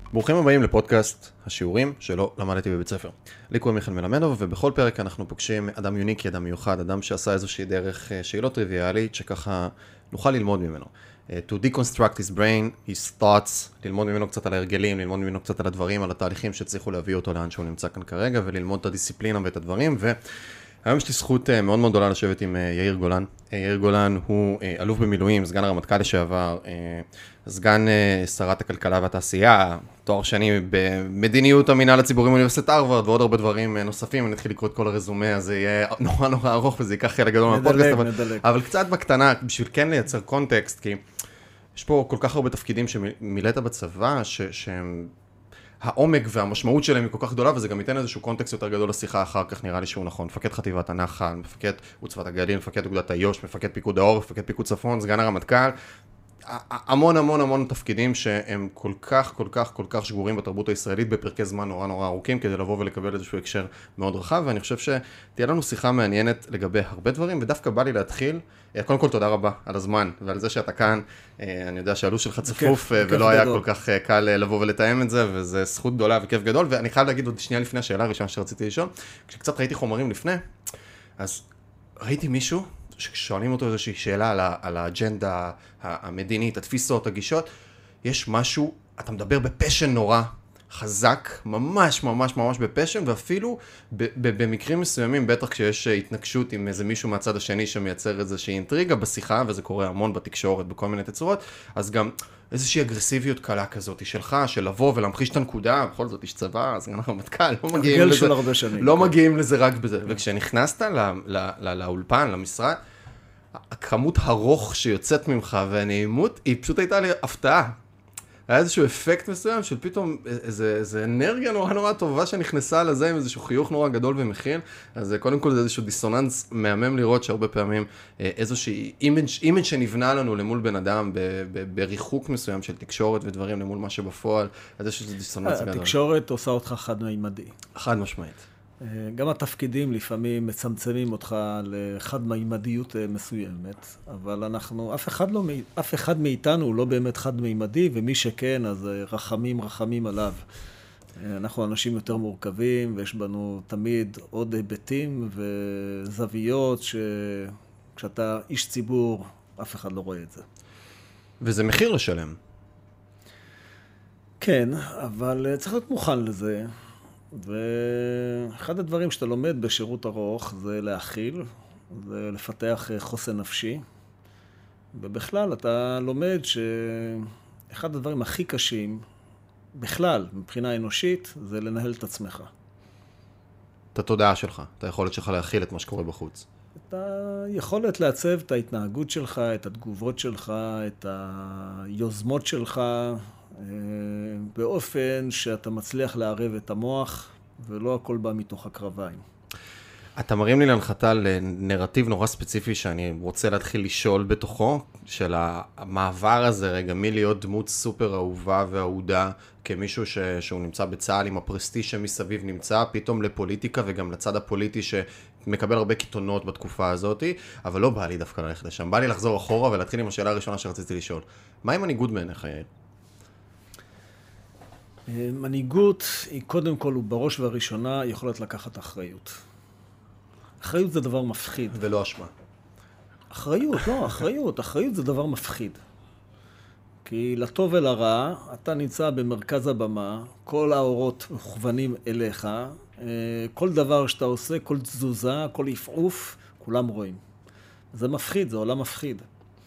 ברוכים הבאים לפודקאסט השיעורים שלא למדתי בבית ספר. לי קוראים מיכאל מלמדוב, ובכל פרק אנחנו פוגשים אדם יוניקי, אדם מיוחד, אדם שעשה איזושהי דרך שהיא לא טריוויאלית, שככה נוכל ללמוד ממנו. To deconstruct his brain, his thoughts, ללמוד ממנו קצת על ההרגלים, ללמוד ממנו קצת על הדברים, על התהליכים שצריכו להביא אותו לאן שהוא נמצא כאן כרגע, וללמוד את הדיסציפלינה ואת הדברים, היום יש לי זכות מאוד מאוד גדולה לשבת עם יאיר גולן. יאיר גולן הוא אלוף במילואים, סגן הרמטכ"ל לשעבר, סגן שרת הכלכלה והתעשייה, תואר שני במדיניות המינהל הציבורי באוניברסיטת הרווארד ועוד הרבה דברים נוספים. אני אתחיל לקרוא את כל הרזומה, אז זה יהיה נורא נורא ארוך וזה ייקח חלק גדול מהפודקאסט, אבל קצת בקטנה, בשביל כן לייצר קונטקסט, כי יש פה כל כך הרבה תפקידים שמילאת בצבא, שהם העומק והמשמעות שלהם היא כל כך גדולה, וזה גם ייתן איזשהו קונטקסט יותר גדול לשיחה אחר כך, נראה לי שהוא נכון. מפקד חטיבת הנחל, מפקד עוצבת הגליל, מפקד אוגדת איו"ש, מפקד פיקוד העורף, מפקד פיקוד צפון, סגן הרמטכ"ל. המון המון המון תפקידים שהם כל כך שגורים בתרבות הישראלית בפרקי זמן נורא נורא ארוכים, כדי לבוא ולקבל איזשהו הקשר מאוד רחב, ואני חושב שתהיה לנו שיחה מעניינת לגבי הרבה דברים, ודווקא בא לי להתחיל. קודם כל תודה רבה על הזמן ועל זה שאתה כאן. אני יודע שהלו"ז שלך צפוף ולא היה כל כך קל לבוא ולתאם את זה, וזה זכות גדולה וכיף גדול. ואני חייב להגיד עוד שנייה לפני השאלה הראשונה שרציתי לשאול, כשקצת ראיתי חומרים לפני, אז ראיתי מישהו ששואלים אותו איזושהי שאלה על האג'נדה המדינית, התפיסות, הגישות, יש משהו, אתה מדבר בפשן נורא חזק, ממש ממש ממש בפשן, ואפילו במקרים מסוימים, בטח כשיש התנגשות עם איזה מישהו מהצד השני שמייצר איזושהי אינטריגה בשיחה, וזה קורה המון בתקשורת בכל מיני תצורות, אז גם איזושהי אגרסיביות קלה כזאת שלך, של לבוא ולהמחיש את הנקודה, בכל זאת איש צבא, סגן הרמטכ"ל, לא מגיעים לזה רק בזה. וכשנכנסת לאולפן, למשרד, הכמות הרוך שיוצאת ממך והנעימות, היא פשוט הייתה לי הפתעה. היה איזשהו אפקט מסוים של פתאום איזו אנרגיה נורא נורא טובה שנכנסה לזה עם איזשהו חיוך נורא גדול ומכיל. אז קודם כל זה איזשהו דיסוננס מהמם לראות שהרבה פעמים איזשהו אימג' שנבנה לנו למול בן אדם בריחוק מסוים של תקשורת ודברים למול מה שבפועל. אז יש איזשהו דיסוננס גדול. התקשורת עושה אותך חד-מימדי. חד משמעית. גם התפקידים לפעמים מצמצמים אותך לחד-מימדיות מסוימת, אבל אף אחד מאיתנו לא באמת חד-מימדי, ומי שכן, אז רחמים עליו. אנחנו אנשים יותר מורכבים, ויש בנו תמיד עוד היבטים וזוויות, שכשאתה איש ציבור, אף אחד לא רואה את זה. וזה מחיר לשלם. כן, אבל צריך להיות מוכן לזה. ואחד הדברים שאתה לומד בשירות ארוך זה להכיל, זה לפתח חוסן נפשי. ובכלל אתה לומד שאחד הדברים הכי קשים, בכלל, מבחינה אנושית, זה לנהל את עצמך. את התודעה שלך, את היכולת שלך להכיל את מה שקורה בחוץ. את היכולת לעצב את ההתנהגות שלך, את התגובות שלך, את היוזמות שלך, באופן שאתה מצליח לערב את המוח, ולא הכל בא מתוך הקרביים. אתה מרים לי להנחתה לנרטיב נורא ספציפי שאני רוצה להתחיל לשאול בתוכו, של המעבר הזה רגע, מי להיות דמות סופר אהובה ואהודה, כמישהו שהוא נמצא בצהל עם הפרסטיז' שמסביב נמצא, פתאום לפוליטיקה וגם לצד הפוליטי שמקבל הרבה קיתונות בתקופה הזאת, אבל לא בא לי דווקא ללכת לשם, בא לי לחזור אחורה ולהתחיל עם השאלה הראשונה שרציתי לשאול. מה עם מנהיגות בעיניך, יאיר? מנהיגות היא קודם כל ובראש ובראשונה יכולת לקחת אחריות. אחריות זה דבר מפחיד. ולא אשמה. אחריות זה דבר מפחיד. כי לטוב ולרע, אתה נמצא במרכז הבמה, כל האורות מוכוונים אליך, כל דבר שאתה עושה, כל תזוזה, כל עפעוף, כולם רואים. זה מפחיד, זה עולם מפחיד.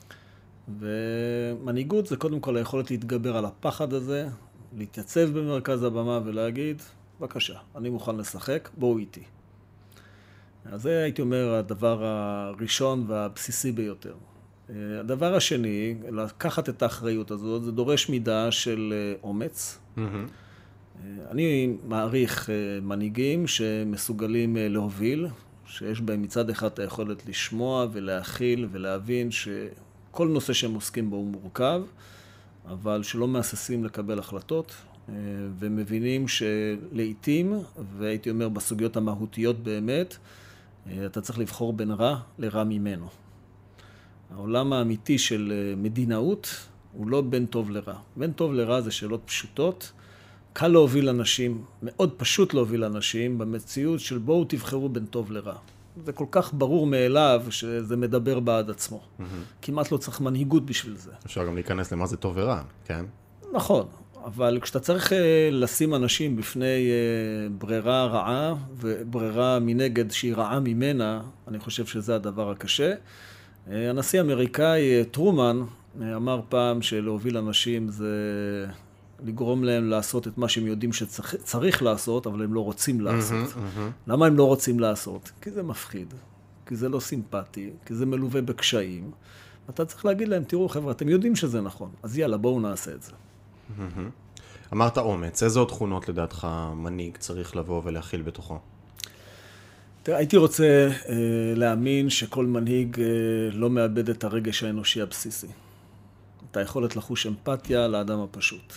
ומנהיגות זה קודם כל היכולת להתגבר על הפחד הזה, להתייצב במרכז הבמה ולהגיד, בבקשה, אני מוכן לשחק, בואו איתי. אז זה הייתי אומר הדבר הראשון והבסיסי ביותר. הדבר השני, לקחת את האחריות הזאת, זה דורש מידה של אומץ. אני מעריך מנהיגים שמסוגלים להוביל, שיש בהם מצד אחד את היכולת לשמוע ולהכיל ולהבין שכל נושא שהם עוסקים בו הוא מורכב, אבל שלא מהססים לקבל החלטות, ומבינים שלעיתים, והייתי אומר בסוגיות המהותיות באמת, אתה צריך לבחור בין רע לרע ממנו. העולם האמיתי של מדינאות הוא לא בין טוב לרע. בין טוב לרע זה שאלות פשוטות, קל להוביל אנשים, מאוד פשוט להוביל אנשים, במציאות של בואו תבחרו בין טוב לרע. זה כל כך ברור מאליו שזה מדבר בעד עצמו. כמעט לא צריך מנהיגות בשביל זה. אפשר גם להיכנס למה זה טוב ורע, כן? נכון, אבל כשאתה צריך לשים אנשים בפני ברירה רעה, וברירה מנגד שהיא רעה ממנה, אני חושב שזה הדבר הקשה. הנשיא האמריקאי טרומן אמר פעם שלהוביל אנשים זה לגרום להם לעשות את מה שהם יודעים שצריך לעשות, אבל הם לא רוצים לעשות. למה הם לא רוצים לעשות? כי זה מפחיד, כי זה לא סימפטי, כי זה מלווה בקשיים. אתה צריך להגיד להם, תראו חבר'ה, אתם יודעים שזה נכון, אז יאללה, בואו נעשה את זה. אמרת אומץ, איזה עוד תכונות לדעתך מנהיג צריך לבוא ולהכיל בתוכו? תראה, הייתי רוצה להאמין שכל מנהיג לא מאבד את הרגש האנושי הבסיסי. את היכולת לחוש אמפתיה לאדם הפשוט.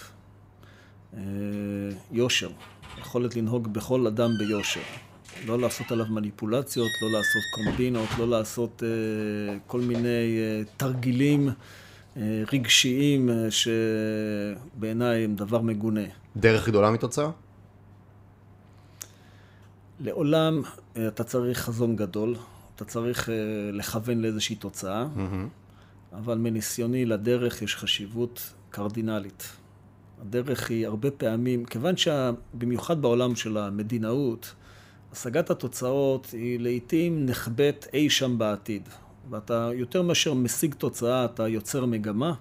יושר, יכולת לנהוג בכל אדם ביושר. לא לעשות עליו מניפולציות, לא לעשות קומבינות, לא לעשות כל מיני תרגילים רגשיים שבעיניי הם דבר מגונה. דרך גדולה מתוצאה? לעולם אתה צריך חזון גדול, אתה צריך לכוון לאיזושהי תוצאה, אבל מניסיוני לדרך יש חשיבות קרדינלית. הדרך היא הרבה פעמים, כיוון שבמיוחד בעולם של המדינאות, השגת התוצאות היא לעתים נחבט אי שם בעתיד. ואתה יותר מאשר משיג תוצאה, אתה יוצר מגמה.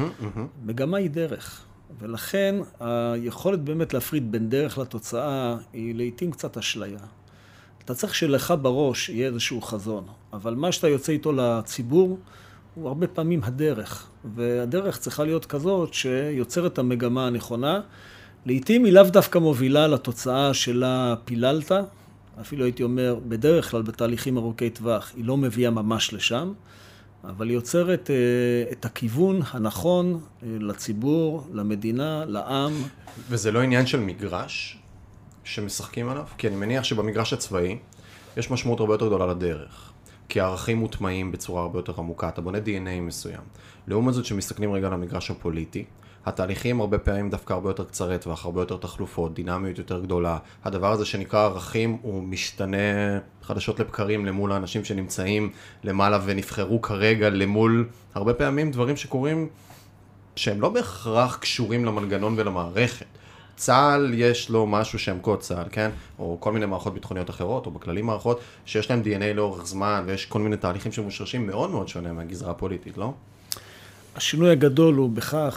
מגמה היא דרך. ולכן היכולת באמת להפריד בין דרך לתוצאה היא לעתים קצת אשליה. אתה צריך שלך בראש יהיה איזשהו חזון, אבל מה שאתה יוצא איתו לציבור הוא הרבה פעמים הדרך. והדרך צריכה להיות כזאת שיוצרת המגמה הנכונה. לעתים היא לאו דווקא מובילה לתוצאה שלה פיללת, אפילו הייתי אומר, בדרך כלל בתהליכים ארוכי טווח, היא לא מביאה ממש לשם, אבל היא יוצרת את הכיוון הנכון לציבור, למדינה, לעם. וזה לא עניין של מגרש שמשחקים עליו? כי אני מניח שבמגרש הצבאי יש משמעות הרבה יותר גדולה לדרך. כי הערכים מוטמעים בצורה הרבה יותר עמוקה, אתה בונה DNA מסוים. לעומת זאת שמסתכלים רגע על המגרש הפוליטי, התהליכים הרבה פעמים דווקא הרבה יותר קצרי טווח, הרבה יותר תחלופות, דינמיות יותר גדולה. הדבר הזה שנקרא ערכים הוא משתנה חדשות לבקרים למול האנשים שנמצאים למעלה ונבחרו כרגע למול הרבה פעמים דברים שקורים שהם לא בהכרח קשורים למנגנון ולמערכת. צה"ל יש לו משהו שהם קוד צה"ל, כן? או כל מיני מערכות ביטחוניות אחרות, או בכללים מערכות שיש להם DNA לאורך זמן, ויש כל מיני תהליכים שמושרשים מאוד מאוד שונה מהגזרה הפוליטית, לא? השינוי הגדול הוא בכך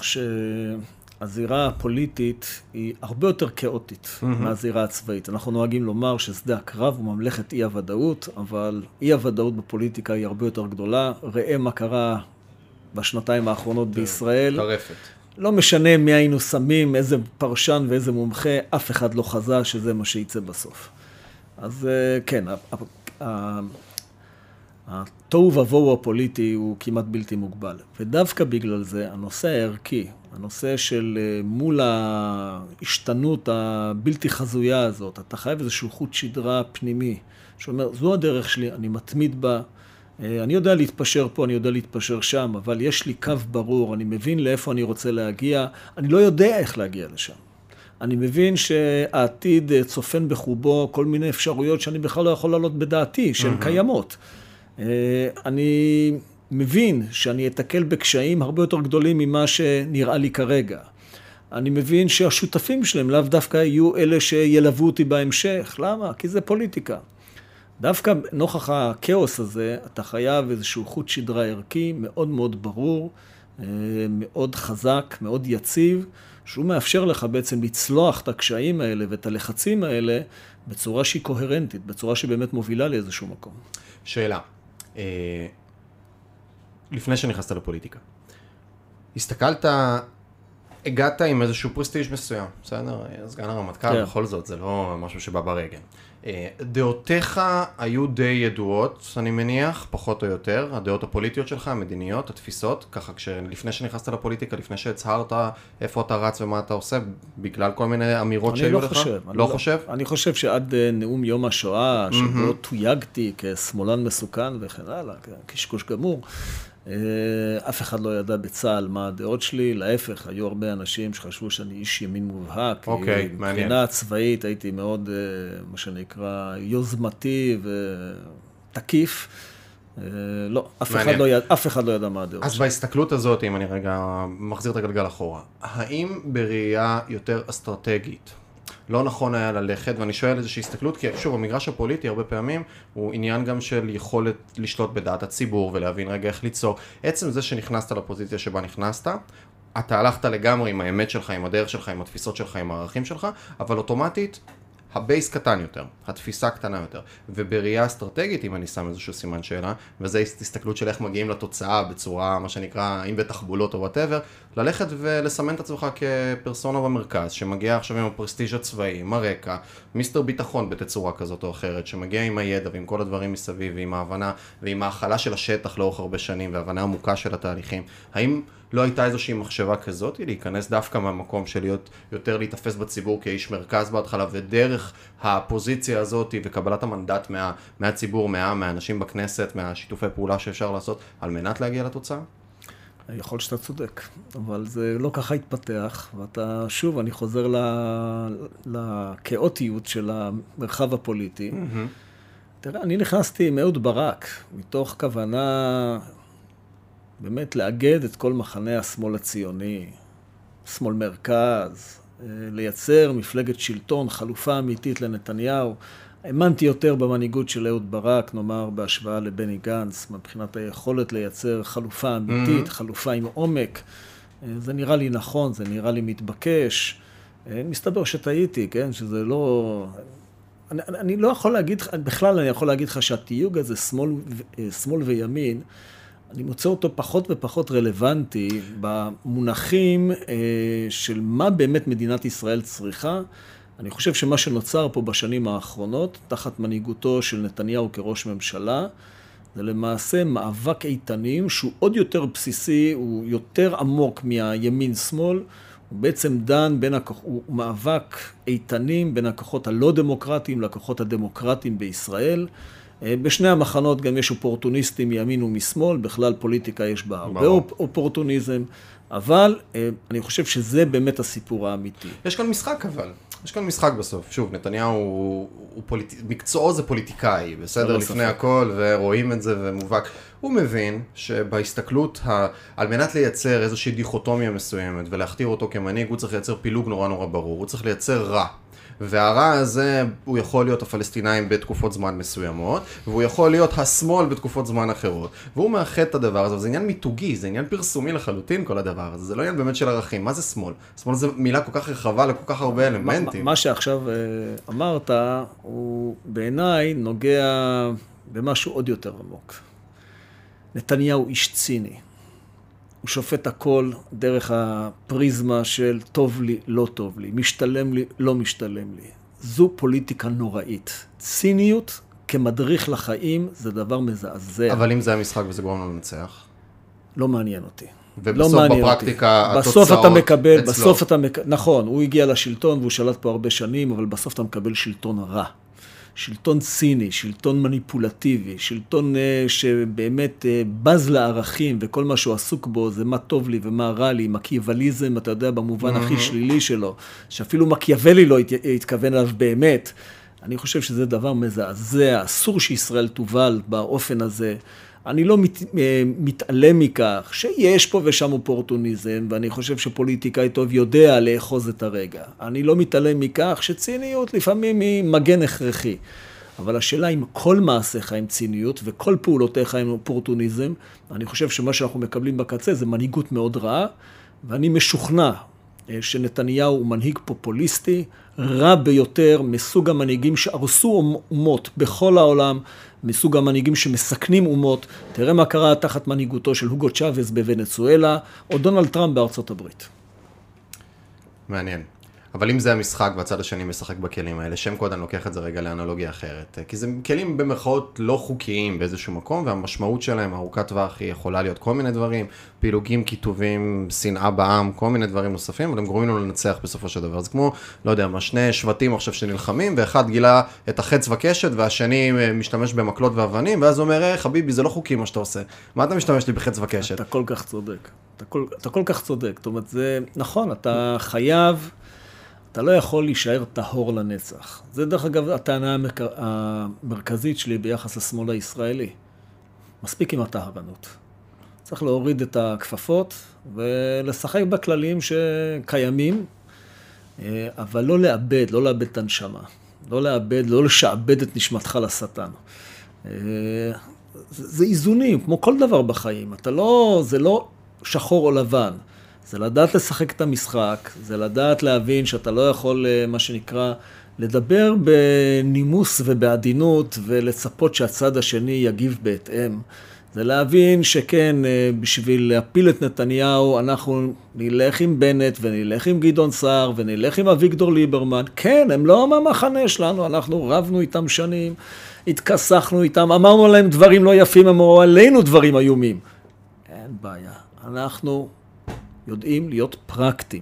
שהזירה הפוליטית היא הרבה יותר כאוטית מהזירה הצבאית. אנחנו נוהגים לומר ששדה הקרב הוא ממלכת אי הוודאות, אבל אי הוודאות בפוליטיקה היא הרבה יותר גדולה. ראה מה קרה בשנתיים האחרונות בישראל. טרפת. לא משנה מי היינו שמים, איזה פרשן ואיזה מומחה, אף אחד לא חזה שזה מה שייצא בסוף. אז כן, התוהו ובוהו הפוליטי הוא כמעט בלתי מוגבל. ודווקא בגלל זה, הנושא הערכי, הנושא של מול ההשתנות הבלתי חזויה הזאת, אתה חייב איזשהו חוט שדרה פנימי, שאומר, זו הדרך שלי, אני מתמיד בה, אני יודע להתפשר פה, אני יודע להתפשר שם, אבל יש לי קו ברור, אני מבין לאיפה אני רוצה להגיע, אני לא יודע איך להגיע לשם. אני מבין שהעתיד צופן בחובו כל מיני אפשרויות שאני בכלל לא יכול לעלות בדעתי, שהן קיימות. אני מבין שאני אתקל בקשיים הרבה יותר גדולים ממה שנראה לי כרגע. אני מבין שהשותפים שלהם לאו דווקא יהיו אלה שילוו אותי בהמשך. למה? כי זה פוליטיקה. דווקא נוכח הכאוס הזה, אתה חייב איזשהו חוט שדרה ערכי מאוד מאוד ברור, מאוד חזק, מאוד יציב, שהוא מאפשר לך בעצם לצלוח את הקשיים האלה ואת הלחצים האלה בצורה שהיא קוהרנטית, בצורה שבאמת מובילה לאיזשהו מקום. שאלה, לפני שנכנסת לפוליטיקה, הסתכלת, הגעת עם איזשהו פרסטיג' מסוים, בסדר? סגן הרמטכ"ל, בכל זאת, זה לא משהו שבא ברגל. דעותיך היו די ידועות, אני מניח, פחות או יותר, הדעות הפוליטיות שלך, המדיניות, התפיסות, ככה לפני שנכנסת לפוליטיקה, לפני שהצהרת איפה אתה רץ ומה אתה עושה, בגלל כל מיני אמירות שהיו לך? לא חושב. אני חושב שעד נאום יום השואה, שבו תויגתי כשמאלן מסוכן וכן הלאה, קשקוש גמור, אף אחד לא ידע בצה"ל מה הדעות שלי, להפך, היו הרבה אנשים שחשבו שאני איש ימין מובהק. אוקיי, מעניין. מבחינה צבאית הייתי מאוד, מה שנקרא, יוזמתי ותקיף. לא, אף אחד לא ידע מה הדעות. אז בהסתכלות הזאת, אם אני רגע מחזיר את הגלגל אחורה, האם בראייה יותר אסטרטגית, לא נכון היה ללכת, ואני שואל איזושהי הסתכלות, כי שוב, המגרש הפוליטי הרבה פעמים הוא עניין גם של יכולת לשלוט בדעת הציבור ולהבין רגע איך ליצור. עצם זה שנכנסת לפוזיציה שבה נכנסת, אתה הלכת לגמרי עם האמת שלך, עם הדרך שלך, עם התפיסות שלך, עם הערכים שלך, אבל אוטומטית, הבייס קטן יותר, התפיסה קטנה יותר, ובראייה אסטרטגית, אם אני שם איזשהו סימן שאלה, וזו הסתכלות של איך מגיעים לתוצאה בצורה, מה שנקרא, אם בתחבולות או whatever, ללכת ולסמן את עצמך כפרסונה במרכז, שמגיע עכשיו עם הפרסטיג' הצבאי, עם הרקע, מיסטר ביטחון בתצורה כזאת או אחרת, שמגיע עם הידע ועם כל הדברים מסביב, ועם ההבנה ועם ההכלה של השטח לאורך הרבה שנים, וההבנה עמוקה של התהליכים. האם לא הייתה איזושהי מחשבה כזאת, להיכנס דווקא מהמקום של להיות יותר להתאפס בציבור כאיש מרכז בהתחלה, ודרך הפוזיציה הזאת וקבלת המנדט מהציבור, מהאנשים בכנסת, מהשיתופי פעולה שאפשר לעשות, על מנת להגיע לתוצאה? יכול שאתה צודק, אבל זה לא ככה התפתח, ואתה, שוב, אני חוזר לכאוטיות של המרחב הפוליטי. תראה, אני נכנסתי עם אהוד ברק, מתוך כוונה באמת לאגד את כל מחנה השמאל הציוני, שמאל מרכז, לייצר מפלגת שלטון, חלופה אמיתית לנתניהו. האמנתי יותר במנהיגות של אהוד ברק, נאמר בהשוואה לבני גנץ, מבחינת היכולת לייצר חלופה אמיתית, חלופה עם עומק. זה נראה לי נכון, זה נראה לי מתבקש. מסתבר שטעיתי, כן? שזה לא... אני לא יכול להגיד, בכלל אני יכול להגיד לך שהתיוג הזה, שמאל וימין, אני מוצא אותו פחות ופחות רלוונטי במונחים של מה באמת מדינת ישראל צריכה. אני חושב שמה שנוצר פה בשנים האחרונות, תחת מנהיגותו של נתניהו כראש ממשלה, זה למעשה מאבק איתנים שהוא עוד יותר בסיסי, הוא יותר עמוק מהימין-שמאל, הוא בעצם דן הוא מאבק איתנים בין הכוחות הלא דמוקרטיים לכוחות הדמוקרטיים בישראל. בשני המחנות גם יש אופורטוניסטים מימין ומשמאל, בכלל פוליטיקה יש בה הרבה אופורטוניזם, אבל אני חושב שזה באמת הסיפור האמיתי. יש כאן משחק אבל. יש כאן משחק בסוף. שוב, נתניהו מקצועו זה פוליטיקאי, בסדר? לפני הכל, ורואים את זה ומובהק. הוא מבין שבהסתכלות, על מנת לייצר איזושהי דיכוטומיה מסוימת ולהכתיר אותו כמנהיג, הוא צריך לייצר פילוג נורא נורא ברור. הוא צריך לייצר רע. והרע הזה הוא יכול להיות הפלסטינאים בתקופות זמן מסוימות, והוא יכול להיות השמאל בתקופות זמן אחרות. והוא מאחד את הדבר הזה, וזה עניין מיתוגי, זה עניין פרסומי לחלוטין כל הדבר הזה, זה לא עניין באמת של ערכים. מה זה שמאל? שמאל זה מילה כל כך רחבה לכל כך הרבה אלמנטים. מה שעכשיו אמרת, הוא בעיניי נוגע במשהו עוד יותר עמוק. נתניהו איש ציני. הוא שופט הכל דרך הפריזמה של טוב לי, לא טוב לי, משתלם לי, לא משתלם לי. זו פוליטיקה נוראית. ציניות כמדריך לחיים זה דבר מזעזע. אבל אם זה המשחק וזה גורם לו לנצח? לא מעניין אותי. ובסוף בפרקטיקה התוצאות בסוף אתה מקבל, נכון, הוא הגיע לשלטון והוא שלט פה הרבה שנים, אבל בסוף אתה מקבל שלטון רע. שלטון ציני, שלטון מניפולטיבי, שלטון שבאמת בז לערכים, וכל מה שהוא עסוק בו זה מה טוב לי ומה רע לי, מקיאווליזם, אתה יודע, במובן הכי שלילי שלו, שאפילו מקיאוולי לא התכוון עליו באמת. אני חושב שזה דבר מזעזע, אסור שישראל תובל באופן הזה. אני לא מתעלם מכך שיש פה ושם אופורטוניזם, ואני חושב שפוליטיקאי טוב יודע לאחוז את הרגע. אני לא מתעלם מכך שציניות לפעמים היא מגן הכרחי. אבל השאלה אם כל מעשיך עם ציניות וכל פעולותיך עם אופורטוניזם, אני חושב שמה שאנחנו מקבלים בקצה זה מנהיגות מאוד רעה, ואני משוכנע שנתניהו הוא מנהיג פופוליסטי, רע ביותר מסוג המנהיגים שהרסו אומות בכל העולם, מסוג המנהיגים שמסכנים אומות. תראה מה קרה תחת מנהיגותו של הוגו צ'אבז בוונצואלה, או דונלד טראמפ בארצות הברית. מעניין. אבל אם זה המשחק והצד השני משחק בכלים האלה, שם קוד אני לוקח את זה רגע לאנלוגיה אחרת. כי זה כלים במרכאות לא חוקיים באיזשהו מקום, והמשמעות שלהם, ארוכת טווח, היא יכולה להיות כל מיני דברים, פילוגים, כיתובים, שנאה בעם, כל מיני דברים נוספים, אבל הם גורמים לנו לנצח בסופו של דבר. זה כמו, לא יודע, שני שבטים עכשיו שנלחמים, ואחד גילה את החץ וקשת, והשני משתמש במקלות ואבנים, ואז הוא אומר, חביבי, זה לא חוקי מה שאתה עושה. מה אתה משתמש לי בחץ וקשת? אתה כל כך צודק. אתה כל כך צודק. זאת אומרת, זה נכון, אתה חייב, אתה לא יכול להישאר טהור לנצח. זה דרך אגב הטענה המרכזית שלי ביחס לשמאל הישראלי. מספיק עם הטהרנות. צריך להוריד את הכפפות ולשחק בכללים שקיימים, אבל לא לאבד את הנשמה. לא לשעבד את נשמתך לשטן. זה איזונים, כמו כל דבר בחיים. זה לא שחור או לבן. זה לדעת לשחק את המשחק, זה לדעת להבין שאתה לא יכול, מה שנקרא, לדבר בנימוס ובעדינות ולצפות שהצד השני יגיב בהתאם. זה להבין שכן, בשביל להפיל את נתניהו, אנחנו נלך עם בנט ונלך עם גדעון סער ונלך עם אביגדור ליברמן. כן, הם לא מהמחנה שלנו, אנחנו רבנו איתם שנים, התכסחנו איתם, אמרנו להם דברים לא יפים, אמרו עלינו דברים איומים. אין בעיה, אנחנו יודעים להיות פרקטיים.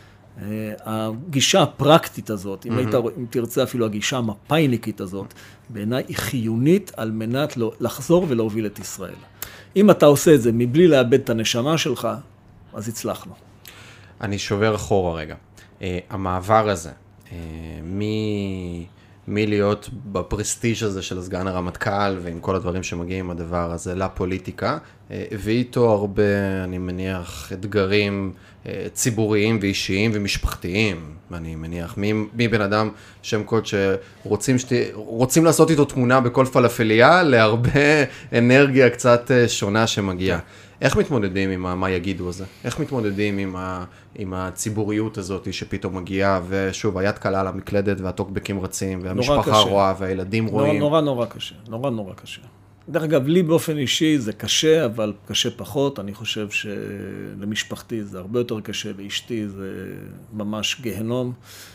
הגישה הפרקטית הזאת, אם תרצה אפילו הגישה המפאיניקית הזאת, בעיניי היא חיונית על מנת לחזור ולהוביל את ישראל. אם אתה עושה את זה מבלי לאבד את הנשמה שלך, אז הצלחנו. אני שובר אחורה רגע. המעבר הזה, מלהיות בפרסטיג' הזה של סגן הרמטכ"ל ועם כל הדברים שמגיעים עם הדבר הזה לפוליטיקה, ואיתו הרבה, אני מניח, אתגרים ציבוריים ואישיים ומשפחתיים, אני מניח, מי בן אדם שם קוד שרוצים לעשות איתו תמונה בכל פלאפליה, להרבה אנרגיה קצת שונה שמגיעה. איך מתמודדים עם מה יגידו הזה? איך מתמודדים עם הציבוריות הזאת שפתאום מגיעה, ושוב, היד קלה על המקלדת והטוקבקים רצים, והמשפחה רואה והילדים רואים? נורא קשה, נורא קשה. דרך אגב, לי באופן אישי זה קשה, אבל קשה פחות. אני חושב שלמשפחתי זה הרבה יותר קשה, לאשתי זה ממש גהנום.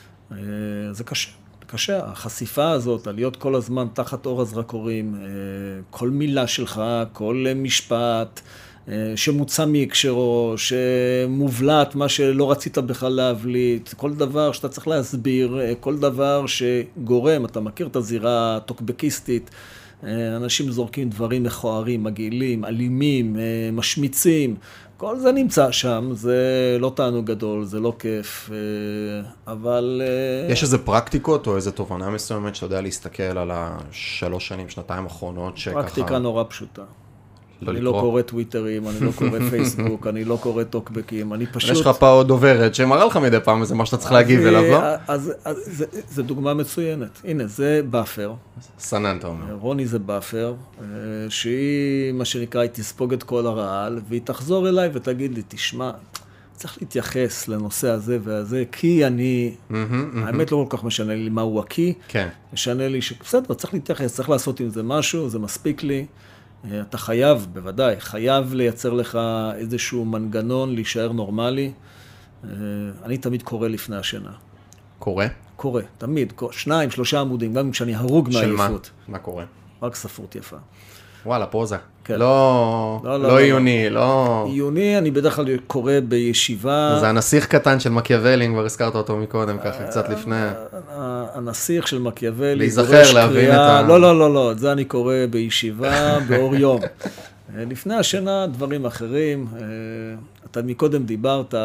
זה קשה. קשה, החשיפה הזאת, על להיות כל הזמן תחת אור הזרקורים, כל מילה שלך, כל משפט, שמוצא מהקשרו, שמובלט מה שלא רצית בכלל להבליט, כל דבר שאתה צריך להסביר, כל דבר שגורם, אתה מכיר את הזירה הטוקבקיסטית, אנשים זורקים דברים מכוערים, מגעילים, אלימים, משמיצים, כל זה נמצא שם, זה לא תענוג גדול, זה לא כיף, אבל... יש איזה פרקטיקות או איזה תובנה מסוימת שאתה יודע להסתכל על 3 שנים, 2 האחרונות שככה... פרקטיקה נורא פשוטה. אני לא קורא טוויטרים, אני לא קורא פייסבוק, אני לא קורא טוקבקים, אני פשוט... יש לך פה עוד דוברת שמראה לך מדי פעם איזה מה שאתה צריך להגיב אליו, לא? אז זה דוגמה מצוינת. הנה, זה באפר. סנן, אתה אומר. רוני זה באפר, שהיא, מה שנקרא, היא תספוג את כל הרעל, והיא תחזור אליי ותגיד לי, תשמע, צריך להתייחס לנושא הזה והזה, כי אני, האמת לא כל כך משנה לי מהו הכי, משנה לי שבסדר, צריך להתייחס, צריך לעשות עם זה משהו, זה מספיק לי. אתה חייב, בוודאי, חייב לייצר לך איזשהו מנגנון להישאר נורמלי. אני תמיד קורא לפני השינה. קורא? קורא, תמיד. 2-3 עמודים, גם כשאני הרוג מהעייפות. של מה? מה קורא? רק ספרות יפה. וואלה, פרוזה. כן. לא עיוני, לא... עיוני, אני בדרך כלל קורא בישיבה... זה הנסיך קטן של מקיאוולי, כבר הזכרת אותו מקודם, ככה, קצת לפני. הנסיך של מקיאוולי... להיזכר, להבין את ה... לא, את זה אני קורא בישיבה, באור יום. לפני השינה, דברים אחרים. אתה מקודם דיברת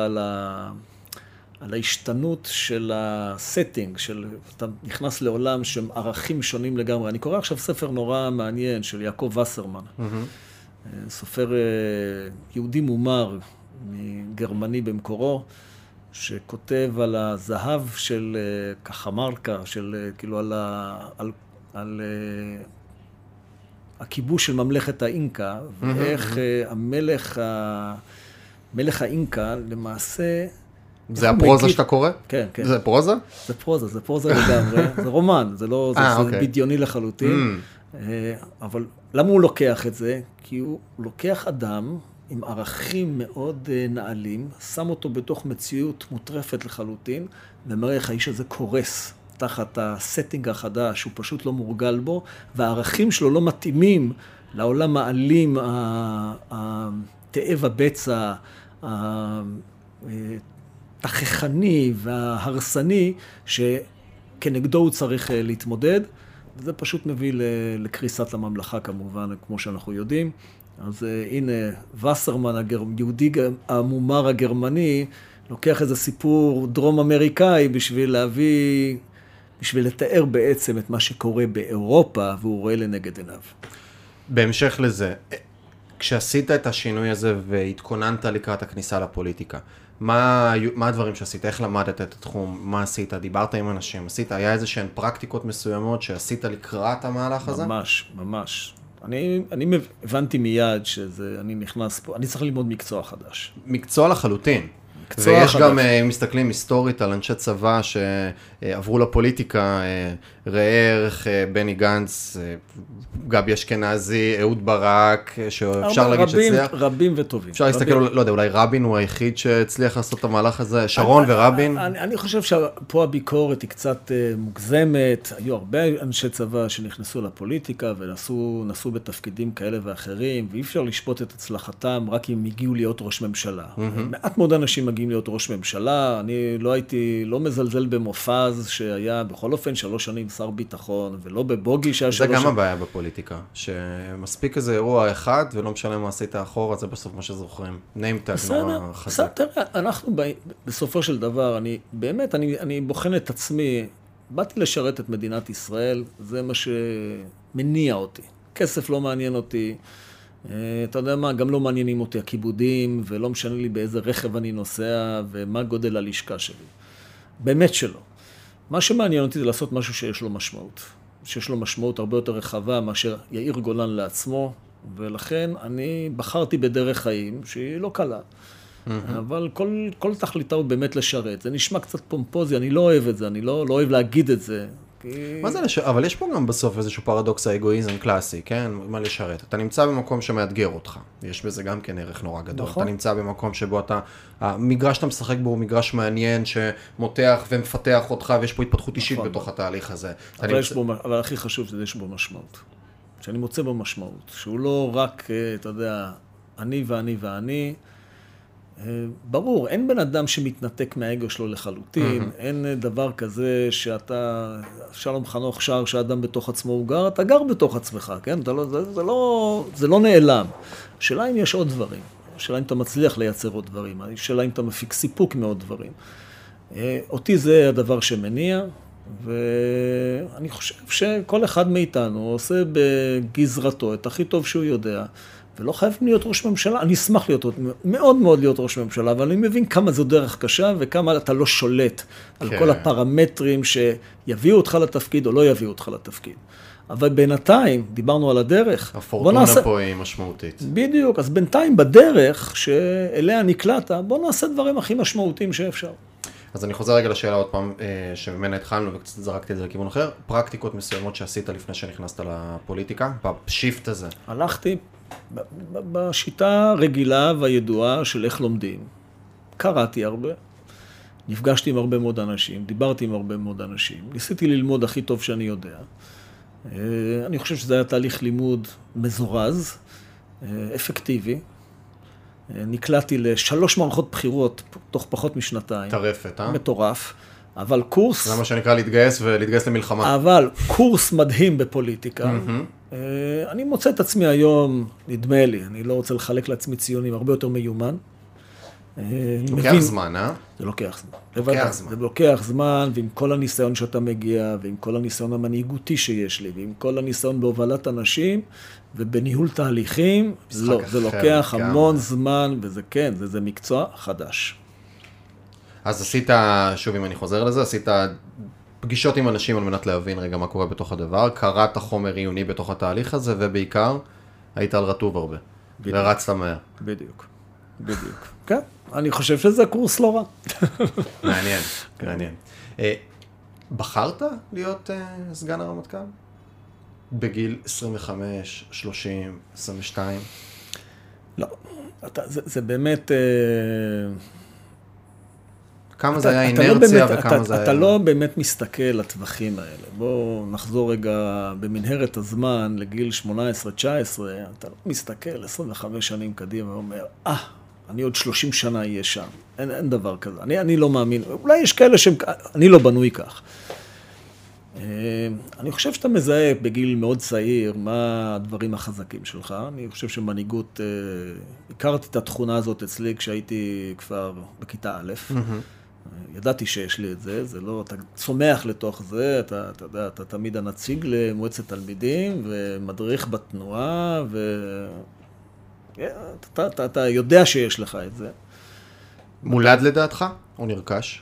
על ההשתנות של הסטינג, אתה נכנס לעולם שהם ערכים שונים לגמרי. אני קורא עכשיו ספר נורא מעניין של יעקב וסרמן, סופר יהודי מומר מגרמני במקורו, שכותב על הזהב של קחמרקה, של כאילו על הכיבוש של ממלכת האינקה, ואיך מלך האינקה למעשה... זה הפרוזה שאתה קורא? כן. זה פרוזה? זה פרוזה לגמרי, זה רומן, זה לא, זה בדיוני לחלוטין. אבל למה הוא לוקח את זה? כי הוא לוקח אדם עם ערכים מאוד נעלים, שם אותו בתוך מציאות מוטרפת לחלוטין, ומראה איך האיש הזה קורס תחת הסטינג החדש, הוא פשוט לא מורגל בו, והערכים שלו לא מתאימים לעולם האלים, תאב הבצע, התכחני וההרסני, שכנגדו הוא צריך להתמודד. וזה פשוט מביא לקריסת הממלכה כמובן, כמו שאנחנו יודעים. אז הנה, וסרמן, יהודי המומר הגרמני, לוקח איזה סיפור דרום אמריקאי בשביל לתאר בעצם את מה שקורה באירופה, והוא רואה לנגד עיניו. בהמשך לזה, כשעשית את השינוי הזה והתכוננת לקראת הכניסה לפוליטיקה, מה הדברים שעשית? איך למדת את התחום? מה עשית? דיברת עם אנשים? היה איזה שהן פרקטיקות מסוימות שעשית לקראת המהלך הזה? ממש, ממש. אני הבנתי מיד שאני נכנס פה, אני צריך ללמוד מקצוע חדש. מקצוע לחלוטין. ויש גם, אם מסתכלים היסטורית על אנשי צבא שעברו לפוליטיקה, ראה ערך בני גנץ, גבי אשכנזי, אהוד ברק, שאפשר להגיד שהצליח. רבים וטובים. אפשר להסתכל, לא יודע, אולי רבין הוא היחיד שהצליח לעשות את המהלך הזה, שרון ורבין. אני חושב שפה הביקורת היא קצת מוגזמת, היו הרבה אנשי צבא שנכנסו לפוליטיקה ונסו בתפקידים כאלה ואחרים, ואי אפשר לשפוט את הצלחתם רק אם הגיעו להיות ראש ממשלה. מעט מאוד אנשים מגיעים להיות ראש ממשלה, אני לא מזלזל במופז שהיה בכל אופן 3 שנים שר ביטחון, ולא בבוגי שהיה 3 שנים. זה גם הבעיה בפוליטיקה, שמספיק איזה אירוע אחד, ולא משנה מה עשית אחורה, זה בסוף מה שזוכרים. name tag נורא חזק. תראה, אנחנו בסופו של דבר, אני בוחן את עצמי, באתי לשרת את מדינת ישראל, זה מה שמניע אותי. כסף לא מעניין אותי, אתה יודע מה, גם לא מעניינים אותי הכיבודים, ולא משנה לי באיזה רכב אני נוסע, ומה גודל הלשכה שלי. באמת שלא. מה שמעניין אותי זה לעשות משהו שיש לו משמעות. שיש לו משמעות הרבה יותר רחבה מאשר יאיר גולן לעצמו, ולכן אני בחרתי בדרך חיים שהיא לא קלה. אבל כל תכליתה הוא באמת לשרת. זה נשמע קצת פומפוזי, אני לא אוהב את זה, אני לא אוהב להגיד את זה. מה זה לשרת? אבל יש פה גם בסוף איזשהו פרדוקס האגואיזם קלאסי, כן? מה לשרת? אתה נמצא במקום שמאתגר אותך. יש בזה גם כן ערך נורא גדול. אתה נמצא במקום שבו המגרש שאתה משחק בו הוא מגרש מעניין, שמותח ומפתח אותך, ויש פה התפתחות אישית בתוך התהליך הזה. אבל הכי חשוב זה יש בו משמעות. שאני מוצא בו משמעות. שהוא לא רק, אתה יודע, אני ואני ואני, ברור, אין בן אדם שמתנתק מהאגו שלו לחלוטין, אין דבר כזה שאתה, שלום חנוך שר שהאדם בתוך עצמו הוא גר, אתה גר בתוך עצמך, כן? זה לא נעלם. השאלה אם יש עוד דברים, השאלה אם אתה מצליח לייצר עוד דברים, השאלה אם אתה מפיק סיפוק מעוד דברים. אותי זה הדבר שמניע, ואני חושב שכל אחד מאיתנו עושה בגזרתו את הכי טוב שהוא יודע, ולא חייבים להיות ראש ממשלה. אני אשמח מאוד מאוד להיות ראש ממשלה, אבל אני מבין כמה זו דרך קשה, וכמה אתה לא שולט על כל הפרמטרים שיביאו אותך לתפקיד או לא יביאו אותך לתפקיד. אבל בינתיים, דיברנו על הדרך. הפורטונה פה היא משמעותית. בדיוק, אז בינתיים בדרך שאליה נקלעת, בוא נעשה דברים הכי משמעותיים שאפשר. אז אני חוזר רגע לשאלה עוד פעם, שממנה התחלנו וקצת זרקתי את זה לכיוון אחר. פרקטיקות מסוימות שעשית לפני שנכנסת לפוליטיקה, בשיפט הזה. הלכתי בשיטה הרגילה והידועה של איך לומדים. קראתי הרבה, נפגשתי עם הרבה מאוד אנשים, דיברתי עם הרבה מאוד אנשים, ניסיתי ללמוד הכי טוב שאני יודע. אני חושב שזה היה תהליך לימוד מזורז, אפקטיבי. נקלעתי ל3 מערכות בחירות תוך פחות משנתיים. טרפת, מטורף. אבל קורס... זה מה שנקרא להתגייס ולהתגייס למלחמה. אבל קורס מדהים בפוליטיקה. אני מוצא את עצמי היום, נדמה לי, אני לא רוצה לחלק לעצמי ציונים, הרבה יותר מיומן. לוקח זמן, זה לוקח זמן. זה לוקח זמן, ועם כל הניסיון שאתה מגיע, ועם כל הניסיון המנהיגותי שיש לי, ועם כל הניסיון בהובלת אנשים, ובניהול תהליכים, לא, זה לוקח המון זמן, וזה כן, זה מקצוע חדש. אז עשית, שוב אם אני חוזר לזה, עשית פגישות עם אנשים על מנת להבין רגע מה קורה בתוך הדבר, קראת חומר עיוני בתוך התהליך הזה, ובעיקר היית על רטוב הרבה, ורצת מהר. בדיוק. כן, אני חושב שזה קורס לא רע. מעניין. בחרת להיות סגן הרמטכ"ל? בגיל 25, 30, 22? לא. זה באמת... כמה זה היה אינרציה וכמה זה היה... אתה לא באמת מסתכל לטווחים האלה. בואו נחזור רגע במנהרת הזמן לגיל 18-19, אתה לא מסתכל 25 שנים קדימה ואומר, אני עוד 30 שנה אהיה שם. אין דבר כזה. אני לא מאמין. אולי יש כאלה אני לא בנוי כך. אני חושב שאתה מזהה בגיל מאוד צעיר מה הדברים החזקים שלך. אני חושב שמנהיגות, הכרתי את התכונה הזאת אצלי כשהייתי כבר בכיתה א'. ידעתי שיש לי את זה, זה לא, אתה צומח לתוך זה, אתה יודע, אתה תמיד הנציג למועצת תלמידים ומדריך בתנועה, אתה יודע שיש לך את זה. מולד לדעתך או נרכש?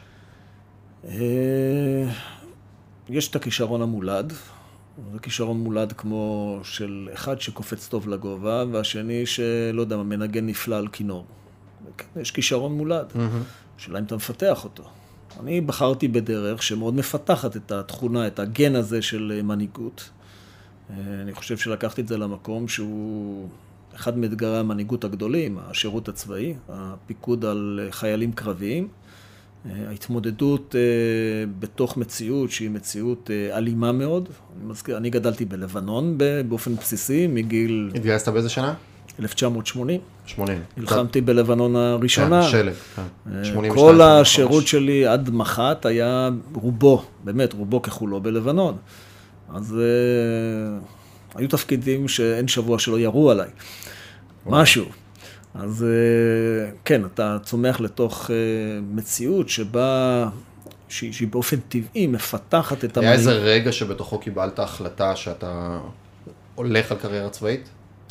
יש את הכישרון המולד, זה כישרון מולד כמו של אחד שקופץ טוב לגובה, והשני שלא יודע, מנגן נפלא על כינור. יש כישרון מולד. שאלה אם אתה מפתח אותו. אני בחרתי בדרך שמאוד מפתחת את התכונה, את הגן הזה של מנהיגות. אני חושב שלקחתי את זה למקום שהוא אחד מאתגרי המנהיגות הגדולים, השירות הצבאי, הפיקוד על חיילים קרביים, ההתמודדות בתוך מציאות שהיא מציאות אלימה מאוד. אני גדלתי בלבנון באופן בסיסי מגיל... התגייסת באיזה שנה? 1980. 80. נלחמתי בלבנון הראשונה. שלג. כל השירות שלי עד מח"ט היה רובו, באמת רובו ככולו בלבנון. אז היו תפקידים שאין שבוע שלא ירו עליי. משהו. אז כן, אתה צומח לתוך מציאות שבה, שהיא באופן טבעי מפתחת את היה איזה רגע שבתוכו קיבלת החלטה שאתה הולך על קריירה צבאית?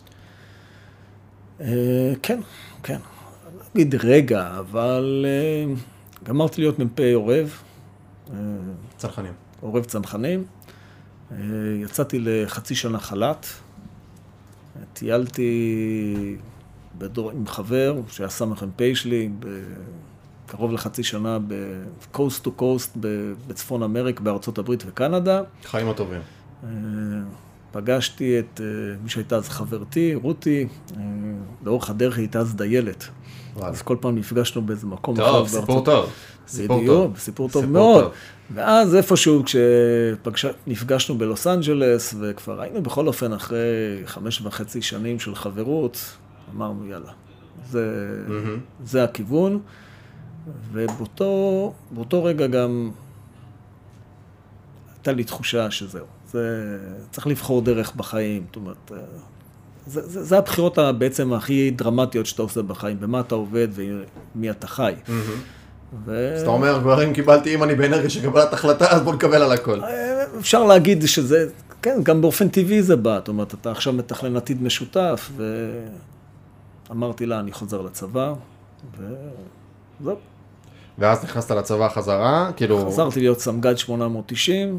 כן, כן. לא אגיד רגע, אבל גמרתי להיות מ"פ עורב. צנחנים. עורב צנחנים. יצאתי לחצי שנה חל"ת. טיילתי עם חבר שהיה סמ"פ שלי, קרוב לחצי שנה ב-coast to coast בצפון אמריקה, בארצות הברית וקנדה. חיים הטובים. פגשתי את מי שהייתה אז חברתי, רותי, לאורך הדרך הייתה אז דיילת. אז כל פעם נפגשנו באיזה מקום. טוב, סיפור טוב. סיפור טוב מאוד. ואז איפשהו כשנפגשנו בלוס אנג'לס, וכבר היינו בכל אופן אחרי 5.5 שנים של חברות, אמרנו יאללה, זה הכיוון. ובאותו רגע גם הייתה לי תחושה שזהו. צריך לבחור דרך בחיים, זאת אומרת, זה הבחירות בעצם הכי דרמטיות שאתה עושה בחיים, במה אתה עובד ומי אתה חי. אז אתה אומר, כבר אם קיבלתי, אם אני באנרגיה שקבלת החלטה, אז בוא נקבל על הכל. אפשר להגיד שזה, כן, גם באופן טבעי זה בא, זאת אומרת, אתה עכשיו מתכנן עתיד משותף, ואמרתי לה, אני חוזר לצבא, וזהו. ואז נכנסת לצבא חזרה, כאילו... חזרתי להיות סמג"ד 890,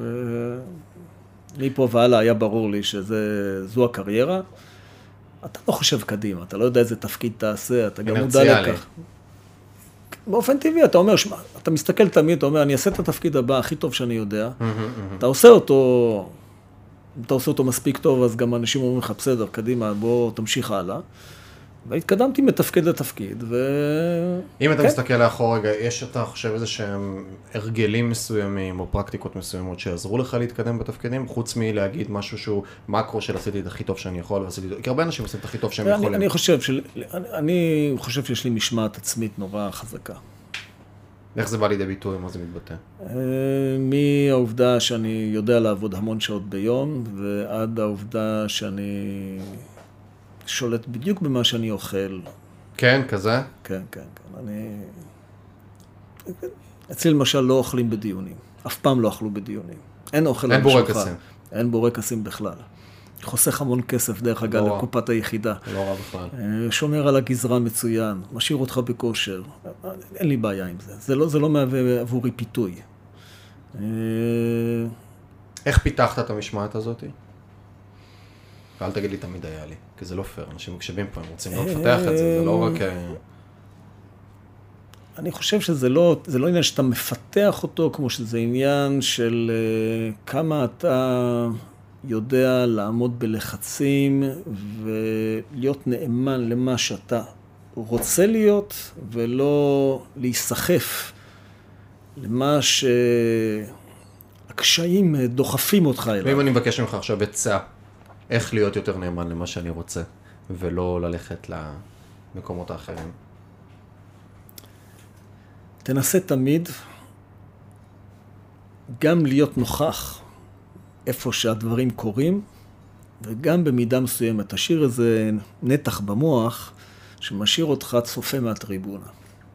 מפה והלאה היה ברור לי שזו הקריירה. אתה לא חושב קדימה, אתה לא יודע איזה תפקיד תעשה, אתה גם מודע לכך. באופן טבעי, אתה אומר, שמה, אתה מסתכל תמיד, אתה אומר, אני אעשה את התפקיד הבא הכי טוב שאני יודע. אתה עושה אותו, אם אתה עושה אותו מספיק טוב, אז גם אנשים אומרים לך, בסדר, קדימה, בוא תמשיך הלאה. והתקדמתי מתפקיד לתפקיד, אם אתה מסתכל לאחור רגע, יש אתה חושב איזה שהם הרגלים מסוימים או פרקטיקות מסוימות שעזרו לך להתקדם בתפקידים, חוץ מלהגיד משהו שהוא מקרו של עשיתי את הכי טוב שאני יכול, ועשיתי, כי הרבה אנשים עושים את הכי טוב שהם יכולים. אני חושב שיש לי משמעת עצמית נורא חזקה. איך זה בא לידי ביטוי, מה זה מתבטא? מהעובדה שאני יודע לעבוד המון שעות ביום, ועד העובדה שאני... שולט בדיוק במה שאני אוכל. כן, כזה? כן, כן, כן. אצלי למשל לא אוכלים בדיונים. אף פעם לא אכלו בדיונים. אין אוכל על השולחן. אין בורקסים. אין בורקסים בכלל. חוסך המון כסף דרך אגב לקופת היחידה. לא רע בכלל. שומר על הגזרה מצוין, משאיר אותך בכושר. אין לי בעיה עם זה. זה לא מהווה עבורי פיתוי. איך פיתחת את המשמעת הזאת? אל תגיד לי תמיד היה לי, כי זה לא פייר, אנשים מקשיבים פה, הם רוצים לא לפתח את זה, זה לא רק... אני חושב שזה לא עניין שאתה מפתח אותו, כמו שזה עניין של כמה אתה יודע לעמוד בלחצים ולהיות נאמן למה שאתה רוצה להיות, ולא להיסחף למה שהקשיים דוחפים אותך אליו. ואם אני מבקש ממך עכשיו עצה, איך להיות יותר נאמן למה שאני רוצה, ולא ללכת למקומות האחרים? תנסה תמיד גם להיות נוכח איפה שהדברים קורים, וגם במידה מסוימת תשאיר איזה נתח במוח שמשאיר אותך צופה מהטריבונה.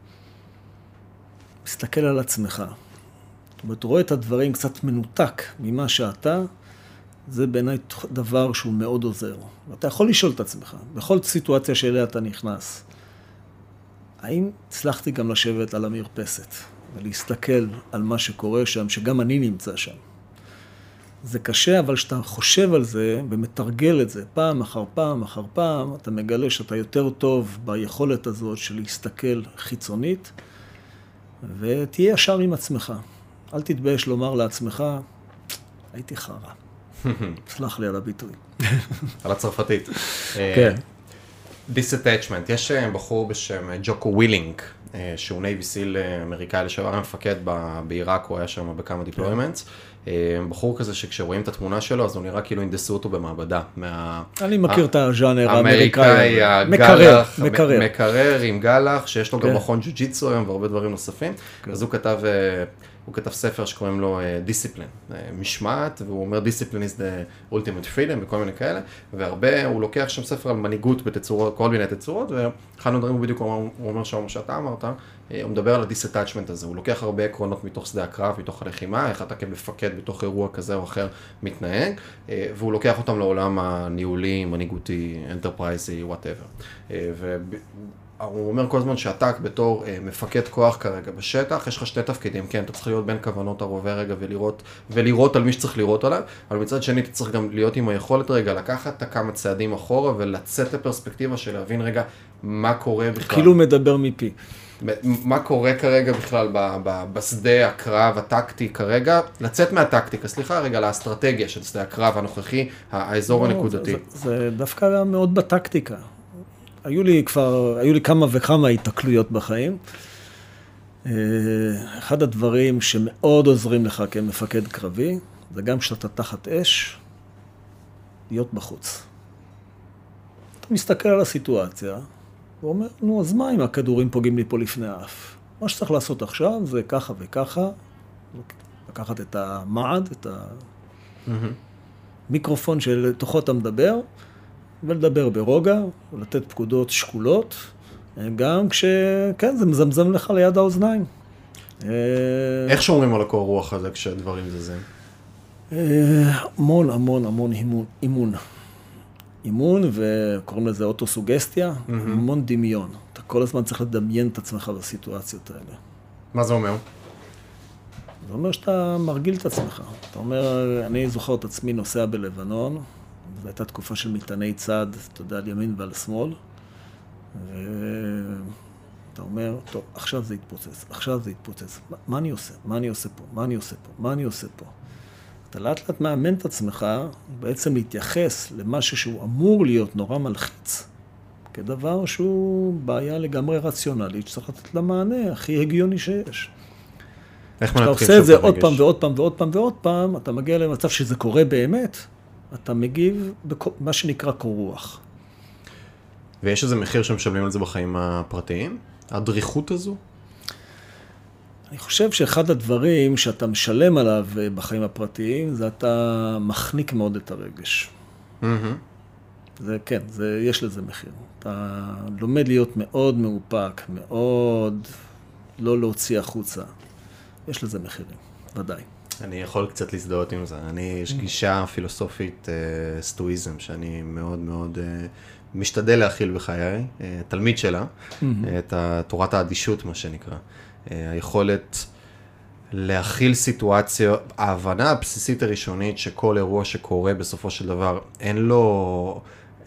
מסתכל על עצמך. זאת אומרת, רואה את הדברים קצת מנותק ממה שאתה, זה בעיניי דבר שהוא מאוד עוזר. ואתה יכול לשאול את עצמך, בכל סיטואציה שאליה אתה נכנס, האם הצלחתי גם לשבת על המרפסת ולהסתכל על מה שקורה שם, שגם אני נמצא שם? זה קשה, אבל כשאתה חושב על זה ומתרגל את זה פעם אחר פעם אחר פעם, אתה מגלה שאתה יותר טוב ביכולת הזאת של להסתכל חיצונית, ותהיה ישר עם עצמך. אל תתבייש לומר לעצמך, הייתי חרא. סלח לי על הביטוי. על הצרפתית. כן. Disattachment. יש בחור בשם ג'וקו ווילינג, שהוא נייבי סיל אמריקאי לשעבר, המפקד בעיראק, הוא היה שם בכמה דיפלוימנטס. בחור כזה שכשרואים את התמונה שלו, אז הוא נראה כאילו הנדסו אותו במעבדה. אני מכיר את הז'אנר האמריקאי, מקרר עם גלח, שיש לו גם מכון ג'ו-ג'יטסו היום והרבה דברים נוספים. אז הוא כתב ספר שקוראים לו Discipline, משמעת, והוא אומר Discipline is the ultimate freedom וכל מיני כאלה, והרבה, הוא לוקח שם ספר על מנהיגות בתצורות, כל מיני תצורות, ואחד הדברים הוא בדיוק, הוא אומר שם שאתה אמרת, הוא מדבר על ה-disattachment הזה, הוא לוקח הרבה עקרונות מתוך שדה הקרב, מתוך הלחימה, איך אתה כמפקד בתוך אירוע כזה או אחר מתנהג, והוא לוקח אותם לעולם הניהולי, מנהיגותי, enterprise, whatever. הוא אומר כל הזמן שאתה בתור מפקד כוח כרגע בשטח, יש לך שתי תפקידים, כן, אתה צריך להיות בין כוונות הרובה רגע ולראות על מי שצריך לראות עליו, אבל מצד שני אתה צריך גם להיות עם היכולת רגע, לקחת כמה צעדים אחורה ולצאת לפרספקטיבה של להבין רגע מה קורה בכלל. כאילו מדבר מפי. מה קורה כרגע בכלל בשדה הקרב הטקטי כרגע, לצאת מהטקטיקה, סליחה רגע, לאסטרטגיה של שדה הקרב הנוכחי, האזור הנקודתי. זה דווקא מאוד בטקטיקה. היו לי כמה וכמה התקלויות בחיים. אחד הדברים שמאוד עוזרים לך כמפקד קרבי, זה גם שאתה תחת אש, להיות בחוץ. אתה מסתכל על הסיטואציה, ואומר, נו, אז מה אם הכדורים פוגעים לי פה לפני האף? מה שצריך לעשות עכשיו זה ככה וככה, לקחת את המעד, את המיקרופון שלתוכו אתה מדבר, ולדבר ברוגע, ולתת פקודות שקולות, גם כן, זה מזמזם לך ליד האוזניים. איך שומרים על הקור רוח הזה כשדברים זזים? המון אימון. אימון, וקוראים לזה אוטוסוגסטיה, המון דמיון. אתה כל הזמן צריך לדמיין את עצמך בסיטואציות האלה. מה זה אומר? זה אומר שאתה מרגיל את עצמך. אתה אומר, אני זוכר את עצמי נוסע בלבנון, זו הייתה תקופה של מטעני צד, אתה יודע, על ימין ועל שמאל, ואתה אומר, טוב, עכשיו זה יתפוצץ, מה אני עושה פה? אתה לאט לאט מאמן את עצמך, בעצם להתייחס למשהו שהוא אמור להיות נורא מלחיץ, כדבר שהוא בעיה לגמרי רציונלית, שצריך לתת למענה הכי הגיוני שיש. כשאתה עושה את זה עוד פעם, אתה מגיע למצב שזה קורה באמת, אתה מגיב במה שנקרא קור רוח. ויש איזה מחיר שמשלמים על זה בחיים הפרטיים? הדריכות הזו? אני חושב שאחד הדברים שאתה משלם עליו בחיים הפרטיים, זה אתה מחניק מאוד את הרגש. זה כן, יש לזה מחיר. אתה לומד להיות מאוד מאופק, מאוד לא להוציא החוצה. יש לזה מחירים, ודאי. אני יכול קצת להזדהות עם זה. יש גישה פילוסופית סטואיזם, שאני מאוד מאוד משתדל להכיל בחיי, תלמיד שלה, את תורת האדישות, מה שנקרא. היכולת להכיל סיטואציה, ההבנה הבסיסית הראשונית שכל אירוע שקורה בסופו של דבר,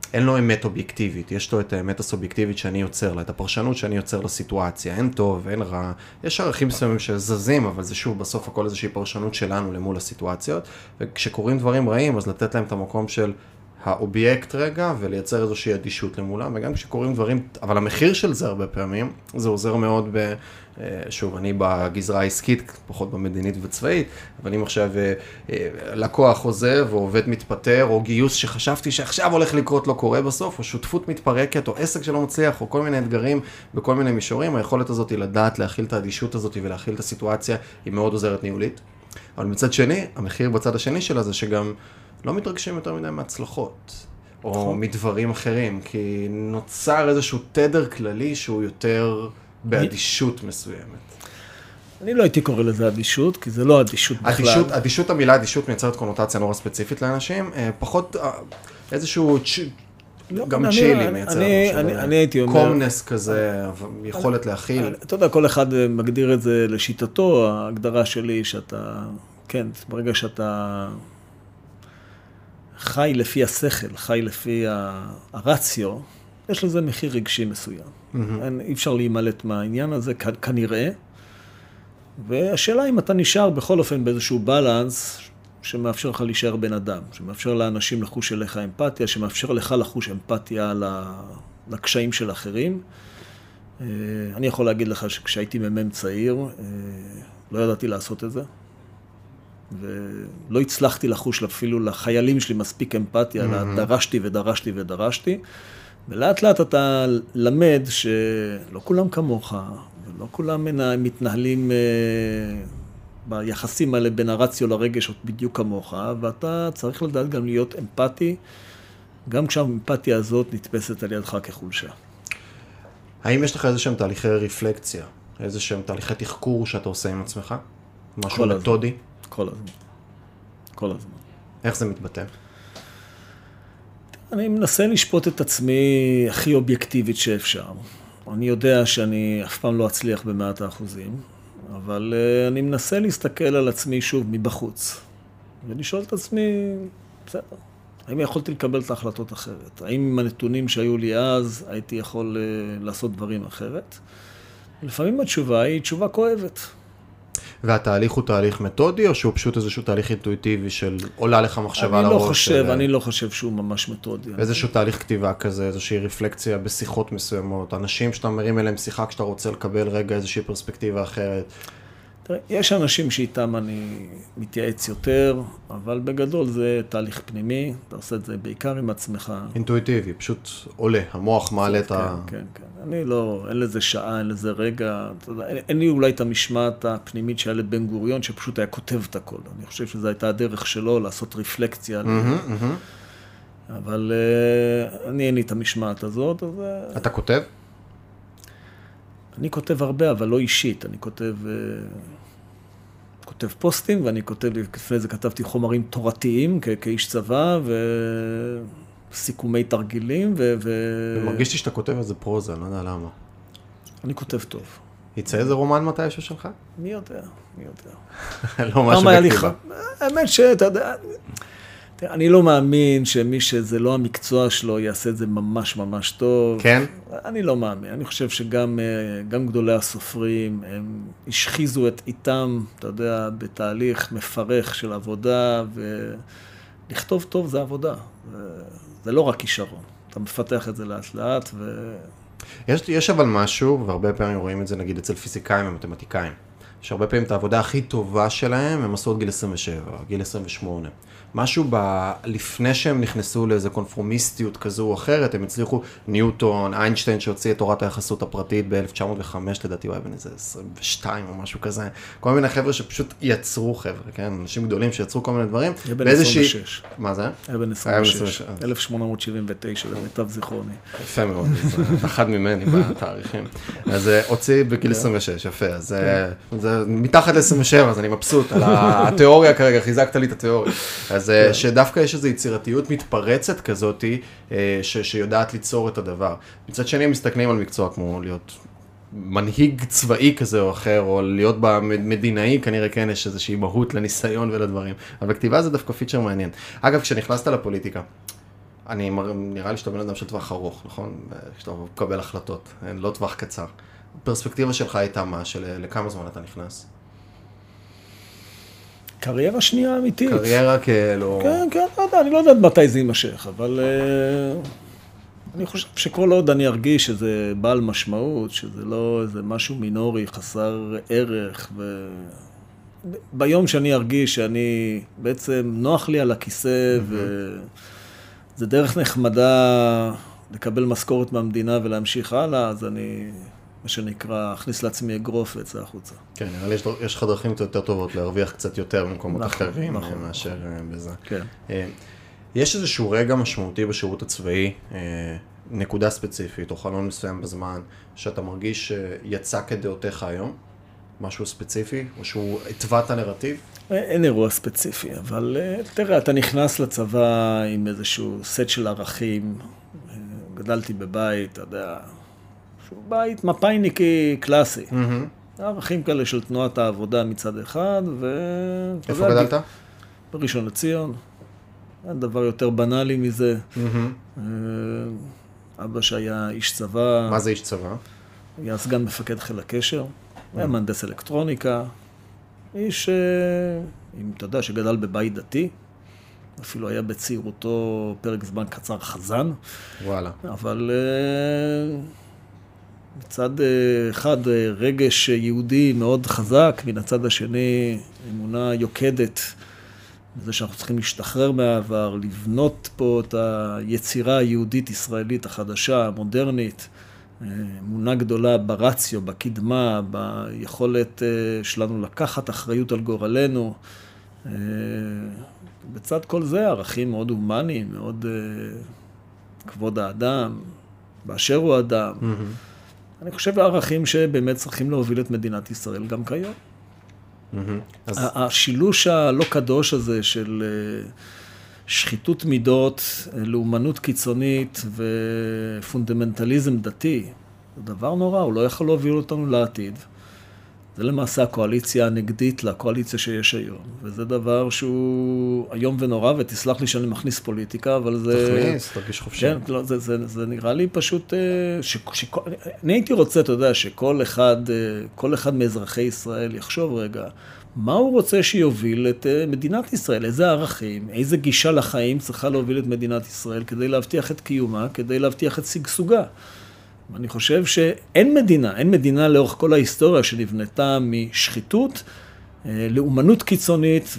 אין לו אמת אובייקטיבית, יש לו את האמת הסובייקטיבית שאני יוצר לה, את הפרשנות שאני יוצר לסיטואציה, אין טוב, אין רע, יש ערכים מסוימים שזזים, אבל זה שוב בסוף הכל איזושהי פרשנות שלנו למול הסיטואציות, וכשקורים דברים רעים, אז לתת להם את המקום של האובייקט רגע, ולייצר איזושהי אדישות למולם, וגם כשקורים דברים, אבל המחיר של זה הרבה פעמים, זה עוזר מאוד שוב, אני בגזרה העסקית, פחות במדינית וצבאית, אבל אם עכשיו לקוח עוזב, או עובד מתפטר, או גיוס שחשבתי שעכשיו הולך לקרות לא קורה בסוף, או שותפות מתפרקת, או עסק שלא מצליח, או כל מיני אתגרים בכל מיני מישורים, היכולת הזאת היא לדעת להכיל את האדישות הזאת ולהכיל את הסיטואציה, היא מאוד עוזרת ניהולית. אבל מצד שני, המחיר בצד השני שלה זה שגם לא מתרגשים יותר מדי מהצלחות, או מדברים אחרים, כי נוצר איזשהו תדר כללי שהוא יותר באדישות מסוימת. אני לא הייתי קורא לזה אדישות, כי זה לא אדישות בכלל. אדישות, המילה אדישות מייצרת קונוטציה נורא ספציפית לאנשים, פחות איזשהו גם צ'ילי מייצר. אני הייתי אומר... קומנס כזה, יכולת להכיל. אתה יודע, כל אחד מגדיר את זה לשיטתו, ההגדרה שלי שאתה, כן, ברגע שאתה חי לפי השכל, חי לפי הרציו, יש לזה מחיר רגשי מסוים. אי אפשר להימלט מהעניין הזה, כנראה. והשאלה אם אתה נשאר בכל אופן באיזשהו בלנס שמאפשר לך להישאר בן אדם, שמאפשר לאנשים לחוש אליך אמפתיה, שמאפשר לך לחוש אמפתיה לקשיים של אחרים. אני יכול להגיד לך שכשהייתי ממם צעיר, לא ידעתי לעשות את זה. ולא הצלחתי לחוש אפילו לחיילים שלי מספיק אמפתיה, אלא דרשתי ודרשתי ודרשתי. ולאט לאט אתה למד שלא כולם כמוך, ולא כולם מתנהלים ביחסים האלה בין הרציו לרגש בדיוק כמוך, ואתה צריך לדעת גם להיות אמפתי, גם כשהאמפתיה הזאת נתפסת על ידך כחולשה. האם יש לך איזשהם תהליכי רפלקציה, איזשהם תהליכי תחקור שאתה עושה עם עצמך? משהו מתודי? כל הזמן. כל הזמן. איך זה מתבטא? אני מנסה לשפוט את עצמי הכי אובייקטיבית שאפשר. אני יודע שאני אף פעם לא אצליח ב100%, אבל אני מנסה להסתכל על עצמי שוב מבחוץ, ולשאול את עצמי, בסדר, האם יכולתי לקבל את ההחלטות אחרת? האם עם הנתונים שהיו לי אז הייתי יכול לעשות דברים אחרת? לפעמים התשובה היא תשובה כואבת. והתהליך הוא תהליך מתודי, או שהוא פשוט איזשהו תהליך אינטואיטיבי של עולה לך מחשבה לראש? אני לא חושב שהוא ממש מתודי. איזשהו תהליך כתיבה כזה, איזושהי רפלקציה בשיחות מסוימות, אנשים שאתה מרים אליהם שיחה כשאתה רוצה לקבל רגע איזושהי פרספקטיבה אחרת. תראה, יש אנשים שאיתם אני מתייעץ יותר, אבל בגדול זה תהליך פנימי, אתה עושה את זה בעיקר עם עצמך. אינטואיטיבי, פשוט עולה, המוח מעלה את ה... כן, כן. אני לא, אין לזה שעה, אין לזה רגע, אתה יודע, אין לי אולי את המשמעת הפנימית שהיה לבן גוריון, שפשוט היה כותב את הכל. אני חושב שזו הייתה הדרך שלו לעשות רפלקציה. אבל אני אין לי את המשמעת הזאת, אז... אתה כותב? אני כותב הרבה, אבל לא אישית. אני כותב פוסטים, ואני כותב, לפני זה כתבתי חומרים תורתיים, כאיש צבא, וסיכומי תרגילים, מרגיש לי שאתה כותב איזה פרוזה, אני לא יודע למה. אני כותב טוב. יצא איזה רומן מתישהו שלך? מי יודע, מי יודע. לא משהו בכתיבה. האמת שאתה יודע... אני לא מאמין שמי שזה לא המקצוע שלו יעשה את זה ממש ממש טוב. כן? אני לא מאמין. אני חושב שגם גדולי הסופרים, הם השחיזו את איתם, אתה יודע, בתהליך מפרך של עבודה, ולכתוב טוב זה עבודה. זה לא רק כישרון. אתה מפתח את זה לאט לאט יש אבל משהו, והרבה פעמים רואים את זה נגיד אצל פיזיקאים ומתמטיקאים, שהרבה פעמים את העבודה הכי טובה שלהם הם עשו עד גיל 27, גיל 28. משהו לפני שהם נכנסו לאיזו קונפורמיסטיות כזו או אחרת, הם הצליחו, ניוטון, איינשטיין שהוציא את תורת היחסות הפרטית ב-1905, לדעתי הוא היה בן איזה 22 או משהו כזה, כל מיני חבר'ה שפשוט יצרו חבר'ה, כן? אנשים גדולים שיצרו כל מיני דברים. היה בן 26. מה זה? היה בן 26, 1879, למיטב זיכרוני. יפה מאוד, אחד ממני בתאריכים. אז הוציא בגיל 26, יפה, אז זה מתחת ל-27, אז אני מבסוט על התיאוריה כרגע, חיזקת לי את התיאוריה. אז שדווקא יש איזו יצירתיות מתפרצת כזאת, שיודעת ליצור את הדבר. מצד שני, הם מסתכלים על מקצוע כמו להיות מנהיג צבאי כזה או אחר, או להיות במדינאי, כנראה כן יש איזושהי מהות לניסיון ולדברים. אבל בכתיבה זה דווקא פיצ'ר מעניין. אגב, כשנכנסת לפוליטיקה, נראה לי שאתה בן אדם של טווח ארוך, נכון? כשאתה מקבל החלטות, לא טווח קצר. הפרספקטיבה שלך הייתה מה? לכמה זמן אתה נכנס? קריירה שנייה אמיתית. קריירה כאילו... כן, לא יודע, אני לא יודעת מתי זה יימשך, אבל אני חושב שכל עוד אני ארגיש שזה בעל משמעות, שזה לא איזה משהו מינורי, חסר ערך, ביום שאני ארגיש שאני בעצם נוח לי על הכיסא, וזה דרך נחמדה לקבל משכורת מהמדינה ולהמשיך הלאה, אז אני, מה שנקרא, אכניס לעצמי אגרוף ויצא החוצה. כן, נראה לי יש לך דרכים יותר טובות להרוויח קצת יותר במקומות אחרים מאשר בזה. כן. יש איזשהו רגע משמעותי בשירות הצבאי, נקודה ספציפית או חלון מסוים בזמן, שאתה מרגיש שיצא כדעותיך היום? משהו ספציפי? או שהוא התווה את הנרטיב? אין אירוע ספציפי, אבל תראה, אתה נכנס לצבא עם איזשהו סט של ערכים. גדלתי בבית, אתה יודע, שהוא בית מפאיניקי קלאסי. ערכים כאלה של תנועת העבודה מצד אחד, איפה גדלת? בראשון לציון. אין דבר יותר בנאלי מזה. אבא שהיה איש צבא. מה זה איש צבא? היה סגן מפקד חיל הקשר. היה מהנדס אלקטרוניקה. איש, אם אתה יודע, שגדל בבית דתי. אפילו היה בצעירותו פרק זמן קצר חזן. וואלה. אבל מצד אחד רגש יהודי מאוד חזק, מן הצד השני אמונה יוקדת. זה שאנחנו צריכים להשתחרר מהעבר, לבנות פה את היצירה היהודית-ישראלית החדשה, המודרנית, אמונה גדולה ברציו, בקדמה, ביכולת שלנו לקחת אחריות על גורלנו. בצד כל זה, ערכים מאוד הומניים, מאוד כבוד האדם, באשר הוא אדם. אני חושב הערכים שבאמת צריכים להוביל את מדינת ישראל גם כיום. השילוש הלא קדוש הזה של שחיתות מידות, לאומנות קיצונית ופונדמנטליזם דתי, זה דבר נורא, הוא לא יכול להוביל אותנו לעתיד. זה למעשה הקואליציה הנגדית לקואליציה שיש היום. וזה דבר שהוא היום ונורא, ותסלח לי שאני מכניס פוליטיקה, אבל זה... תכניס, תרגיש חופשי. כן, לא, זה נראה לי פשוט... אני הייתי רוצה, אתה יודע, שכל אחד מאזרחי ישראל יחשוב רגע, מה הוא רוצה שיוביל את מדינת ישראל? איזה ערכים, איזה גישה לחיים צריכה להוביל את מדינת ישראל כדי להבטיח את קיומה, כדי להבטיח את שגשוגה. אני חושב שאין מדינה לאורך כל ההיסטוריה שנבנתה משחיתות, לאומנות קיצונית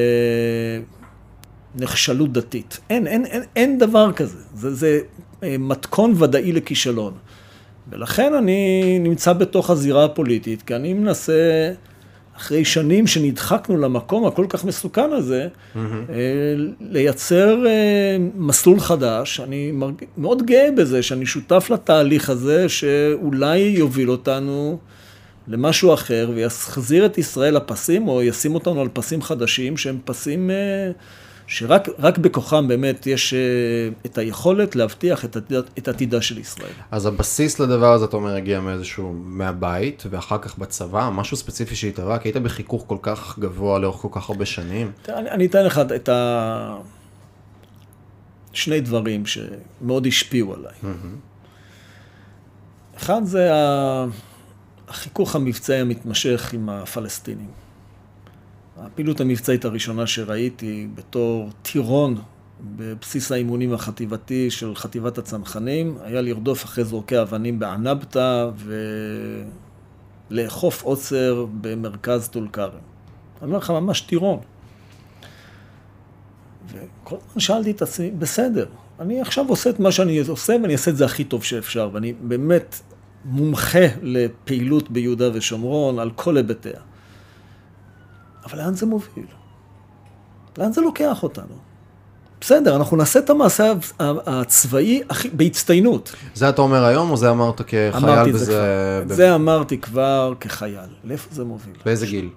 ונחשלות דתית. אין דבר כזה. זה מתכון ודאי לכישלון. ולכן אני נמצא בתוך הזירה הפוליטית, כי אני מנסה, אחרי שנים שנדחקנו למקום הכל כך מסוכן הזה, לייצר מסלול חדש. אני מאוד גאה בזה שאני שותף לתהליך הזה, שאולי יוביל אותנו למשהו אחר, ויחזיר את ישראל לפסים, או ישים אותנו על פסים חדשים, שהם פסים שרק בכוחם באמת יש את היכולת להבטיח את עתידה של ישראל. אז הבסיס לדבר הזה, אתה אומר, הגיע מהבית, ואחר כך בצבא, משהו ספציפי שהתהווה, כי היית בחיכוך כל כך גבוה לאורך כל כך הרבה שנים. אני אתן לך את שני דברים שמאוד השפיעו עליי. אחד זה החיכוך המבצעי המתמשך עם הפלסטינים. הפעילות המבצעית הראשונה שראיתי בתור טירון בבסיס האימונים החטיבתי של חטיבת הצנחנים, היה לרדוף אחרי זורקי אבנים בענבתא ולאכוף עוצר במרכז טול כרם. אני אומר לך, ממש טירון. וכל הזמן שאלתי את עצמי, בסדר, אני עכשיו עושה את מה שאני עושה ואני אעשה את זה הכי טוב שאפשר, ואני באמת מומחה לפעילות ביהודה ושומרון על כל היבטיה. אבל לאן זה מוביל? לאן זה לוקח אותנו? בסדר, אנחנו נעשה את המעשה הצבאי בהצטיינות. זה אתה אומר היום, או זה אמרת כחייל בזה? זה אמרתי כבר כחייל. לאיפה זה מוביל? באיזה גיל?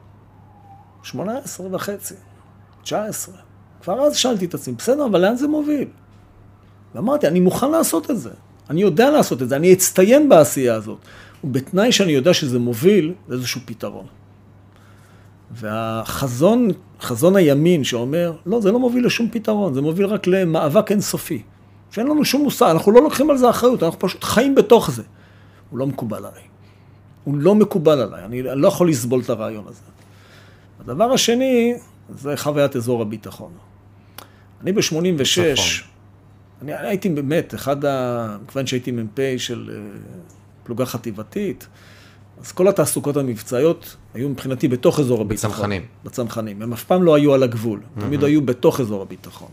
18 וחצי, 19. כבר אז שאלתי את עצמי, בסדר, אבל לאן זה מוביל? ואמרתי, אני מוכן לעשות את זה. אני יודע לעשות את זה, אני אצטיין בעשייה הזאת. ובתנאי שאני יודע שזה מוביל לאיזשהו פתרון. והחזון, חזון הימין שאומר, לא, זה לא מוביל לשום פתרון, זה מוביל רק למאבק אינסופי. שאין לנו שום מושג, אנחנו לא לוקחים על זה אחריות, אנחנו פשוט חיים בתוך זה. הוא לא מקובל עליי. הוא לא מקובל עליי, אני לא יכול לסבול את הרעיון הזה. הדבר השני, זה חוויית אזור הביטחון. אני ב-86, אני הייתי באמת, כיוון שהייתי מ"פ של פלוגה חטיבתית, אז כל התעסוקות המבצעיות היו מבחינתי בתוך אזור הביטחון. בצנחנים. בצנחנים. הם אף פעם לא היו על הגבול, תמיד היו בתוך אזור הביטחון.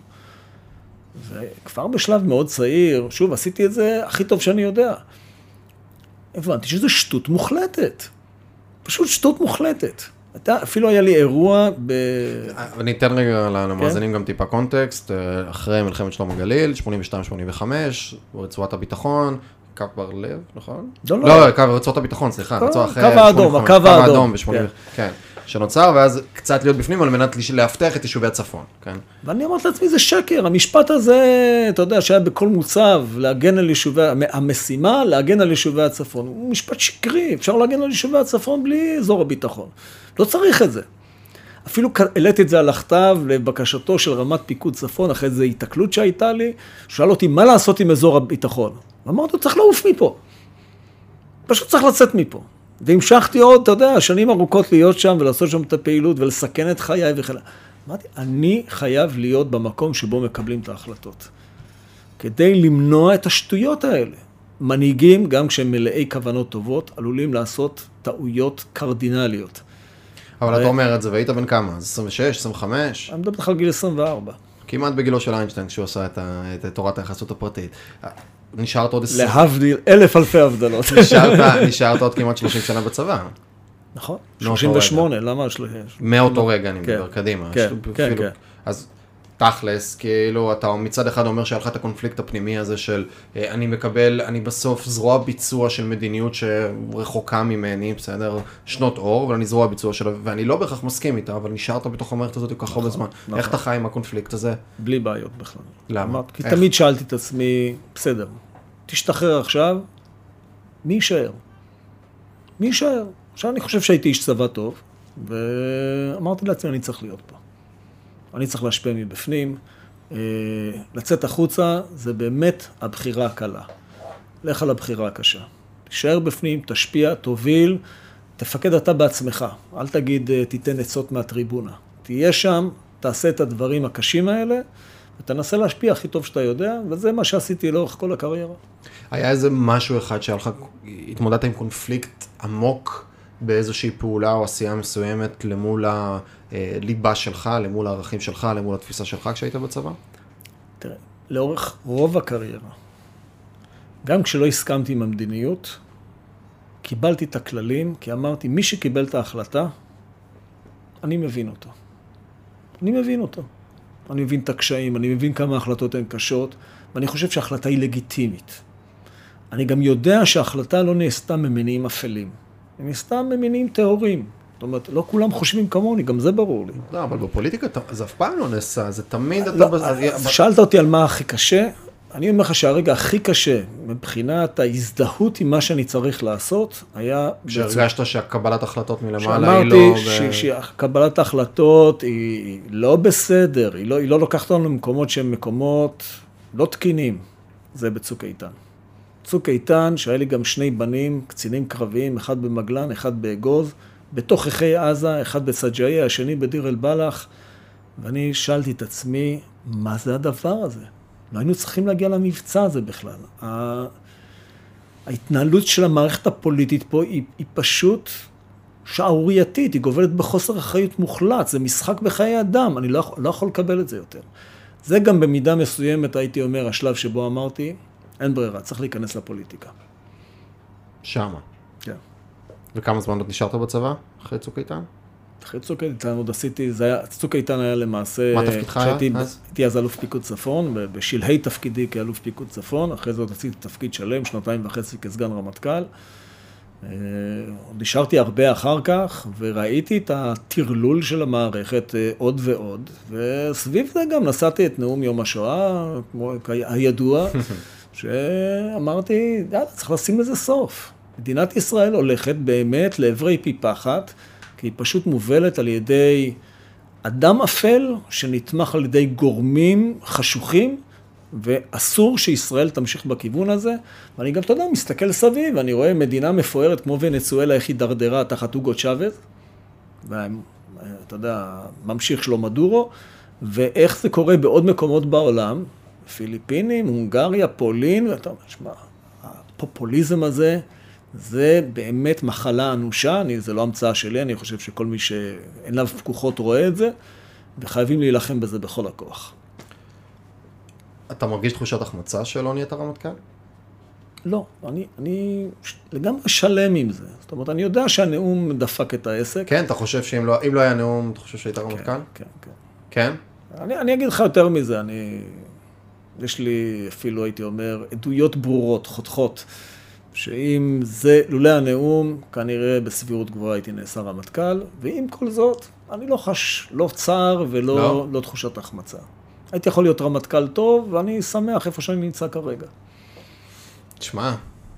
וכבר בשלב מאוד צעיר, שוב, עשיתי את זה הכי טוב שאני יודע. הבנתי שזו שטות מוחלטת. פשוט שטות מוחלטת. אפילו היה לי אירוע אני אתן רגע למאזינים גם טיפה קונטקסט. אחרי מלחמת שלום הגליל, 82-85, רצועת הביטחון, קו בר לב, נכון? לא, קו רצועת הביטחון, סליחה. קו האדום, הקו האדום. כן. שנוצר, ואז קצת להיות בפנים על מנת להבטח את יישובי הצפון, כן? ואני אמרתי לעצמי, זה שקר. המשפט הזה, אתה יודע, שהיה בכל מוצב, להגן על יישובי, המשימה, להגן על יישובי הצפון. הוא משפט שקרי, אפשר להגן על יישובי הצפון בלי אזור הביטחון. לא צריך את זה. אפילו העליתי את זה על הכתב לבקשתו של רמת פיקוד צפון, אחרי זה התקלות שהייתה לי, שאל אותי מה לעשות עם אזור הביטחון. ואמרתי, צריך לעוף מפה. פשוט צריך לצאת מפה. והמשכתי עוד, אתה יודע, שנים ארוכות להיות שם ולעשות שם את הפעילות ולסכן את חיי וכן. אמרתי, אני חייב להיות במקום שבו מקבלים את ההחלטות. כדי למנוע את השטויות האלה. מנהיגים, גם כשהם מלאי כוונות טובות, עלולים לעשות טעויות קרדינליות. אבל אתה אומר את זה, והיית בן כמה? 26, 25? אני מדבר על גיל 24. כמעט בגילו של איינשטיין, כשהוא עשה את תורת היחסות הפרטית. נשארת עוד... להבדיל, אלפי הבדלות. נשארת עוד כמעט 30 שנה בצבא. נכון, 38, למה? מאותו רגע, אני מדבר קדימה. כן. אז תכלס, כאילו, אתה מצד אחד אומר שהיה לך את הקונפליקט הפנימי הזה של אני בסוף זרוע ביצוע של מדיניות שרחוקה ממני, בסדר? שנות אור, אבל אני זרוע ביצוע שלה, ואני לא בהכרח מסכים איתה, אבל נשארת בתוך המערכת הזאת כל כך הרבה זמן. איך אתה חי עם הקונפליקט הזה? בלי בעיות בכלל. למה? כי תמיד שאלתי את עצמי, בסדר, תשתחרר עכשיו, מי יישאר? מי יישאר? עכשיו אני חושב שהייתי איש צבא טוב, ואמרתי לעצמי, אני צריך להיות פה. אני צריך להשפיע מבפנים. לצאת החוצה זה באמת הבחירה הקלה. לך על הבחירה הקשה. תישאר בפנים, תשפיע, תוביל, תפקד אתה בעצמך. אל תגיד, תיתן עצות מהטריבונה. תהיה שם, תעשה את הדברים הקשים האלה, ותנסה להשפיע הכי טוב שאתה יודע, וזה מה שעשיתי לאורך כל הקריירה. היה איזה משהו אחד שהתמודדת עם קונפליקט עמוק באיזושהי פעולה או עשייה מסוימת למול הליבה שלך, למול הערכים שלך, למול התפיסה שלך כשהיית בצבא? תראה, לאורך רוב הקריירה, גם כשלא הסכמתי עם המדיניות, קיבלתי את הכללים, כי אמרתי, מי שקיבל את ההחלטה, אני מבין אותו. אני מבין אותו. אני מבין את הקשיים, אני מבין כמה ההחלטות הן קשות, ואני חושב שההחלטה היא לגיטימית. אני גם יודע שההחלטה לא נעשתה ממניעים אפלים. היא נעשתה ממניעים טהורים. זאת אומרת, לא כולם חושבים כמוני, גם זה ברור לי. לא, אבל בפוליטיקה זה אף פעם לא נעשה, זה תמיד... שאלת אותי על מה הכי קשה, אני אומר לך שהרגע הכי קשה, מבחינת ההזדהות עם מה שאני צריך לעשות, היה... שהרגשת שהקבלת החלטות מלמעלה היא לא... שאמרתי שקבלת ההחלטות היא לא בסדר, היא לא לוקחת לנו למקומות שהם מקומות לא תקינים. זה בצוק איתן. צוק איתן, שהיה לי גם שני בנים, קצינים קרביים, אחד במגלן, אחד באגוז, בתוך אחי עזה, אחד בסג'איה, השני בדיר אל בלח, ואני שאלתי את עצמי, מה זה הדבר הזה? לא היינו צריכים להגיע למבצע הזה בכלל. ההתנהלות של המערכת הפוליטית פה היא פשוט שערורייתית, היא גובלת בחוסר אחריות מוחלט, זה משחק בחיי אדם, אני לא יכול לקבל את זה יותר. זה גם במידה מסוימת, הייתי אומר, השלב שבו אמרתי, אין ברירה, צריך להיכנס לפוליטיקה. שמה. כן. וכמה זמן עוד נשארת בצבא אחרי צוק איתן? אחרי צוק איתן עוד עשיתי, צוק איתן היה למעשה... מה תפקידך היה? הייתי אז אלוף פיקוד צפון, בשלהי תפקידי כאלוף פיקוד צפון, אחרי זה עוד עשיתי תפקיד שלם, 2.5 כסגן רמטכ"ל. נשארתי הרבה אחר כך, וראיתי את הטרלול של המערכת עוד ועוד, וסביב זה גם נשאתי את נאום יום השואה, כמו הידוע, שאמרתי, יאללה, צריך לשים לזה סוף. מדינת ישראל הולכת באמת לעברי פי פחת, כי היא פשוט מובלת על ידי אדם אפל שנתמך על ידי גורמים חשוכים, ואסור שישראל תמשיך בכיוון הזה. ואני גם, אתה יודע, מסתכל סביב, ואני רואה מדינה מפוארת כמו ונצואלה, איך היא דרדרה תחת אוגו צ'אבז, ואתה יודע, ממשיך שלו מדורו, ואיך זה קורה בעוד מקומות בעולם, פיליפינים, הונגריה, פולין, ואתה אומר, שמע, הפופוליזם הזה, זה באמת מחלה אנושה, זה לא המצאה שלי, אני חושב שכל מי שאין לה פקוחות רואה את זה, וחייבים להילחם בזה בכל הכוח. אתה מרגיש תחושת החמצה שלא נהיית רמטכ"ל? לא, אני לגמרי שלם עם זה. זאת אומרת, אני יודע שהנאום דפק את העסק. כן, אתה חושב שאם לא היה נאום, אתה חושב שהיית רמטכ"ל? כן, כן. כן? אני אגיד לך יותר מזה, יש לי אפילו, הייתי אומר, עדויות ברורות, חותכות, שאם זה, לולא הנאום, כנראה בסבירות גבוהה הייתי נעשה רמטכ"ל, ועם כל זאת, אני לא חש, לא צער ולא תחושת החמצה. הייתי יכול להיות רמטכ"ל טוב, ואני שמח איפה שאני נמצא כרגע. תשמע.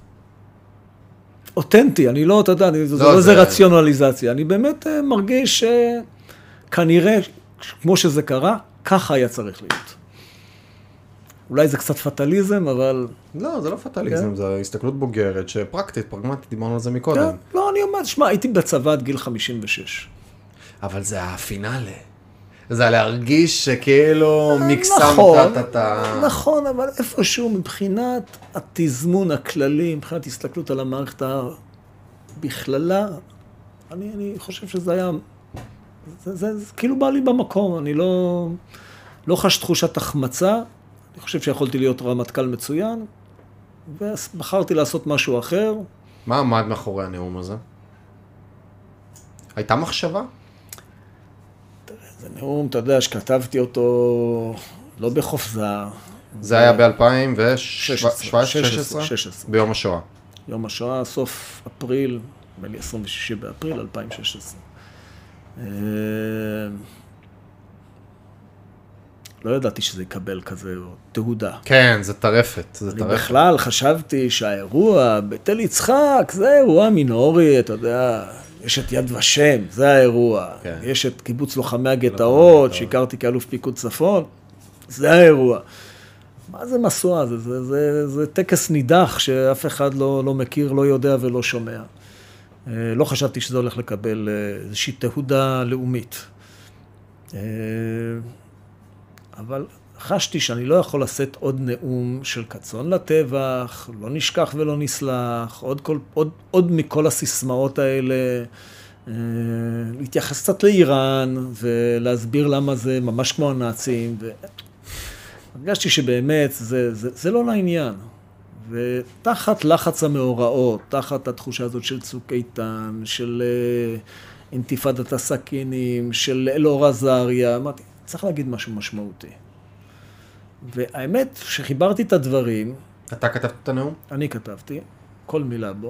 אותנטי, אני לא, אתה יודע, זה לא איזה רציונליזציה. אני באמת מרגיש שכנראה, כמו שזה קרה, ככה היה צריך להיות. אולי זה קצת פטליזם, אבל... לא, זה לא פטליזם, זה הסתכלות בוגרת, שפרקטית, פרגמטית, דיברנו על זה מקודם. לא, אני אומר, שמע, הייתי בצבא עד גיל 56. אבל זה הפינאלה. זה להרגיש שכאילו מקסמת את ה... נכון, אבל איפשהו מבחינת התזמון הכללי, מבחינת הסתכלות על המערכת בכללה, אני חושב שזה היה... זה כאילו בא לי במקום, אני לא חש תחושת החמצה, אני חושב שיכולתי להיות רמטכ"ל מצוין, ובחרתי לעשות משהו אחר. מה עמד מאחורי הנאום הזה? הייתה מחשבה? זה נאום, אתה יודע, שכתבתי אותו לא בחופזה. זה היה ב-2016? ביום השואה. יום השואה, סוף אפריל, ב-26 באפריל 2016. לא ידעתי שזה יקבל כזה תהודה. כן, זה טרפת. אני בכלל חשבתי שהאירוע בתל יצחק, זה אירוע מינורי, אתה יודע, יש את יד ושם, זה האירוע. כן. יש את קיבוץ לוחמי הגטאות, שהכרתי כאלוף פיקוד צפון, זה האירוע. מה זה מסוע? זה טקס נידח שאף אחד לא מכיר, לא יודע ולא שומע. לא חשבתי שזה הולך לקבל איזושהי תהודה לאומית. אבל חשתי שאני לא יכול לשאת עוד נאום של קצון לטבח, לא נשכח ולא נסלח, עוד מכל הסיסמאות האלה, להתייחס קצת לאיראן ולהסביר למה זה ממש כמו הנאצים. הרגשתי שבאמת זה לא לעניין. ותחת לחץ המאורעות, תחת התחושה הזאת של צוק איתן, של אינתיפאדת הסכינים, של אלאור עזריה, אמרתי, צריך להגיד משהו משמעותי. והאמת שחיברתי את הדברים... אתה כתבת את הנאום? אני כתבתי, כל מילה בו.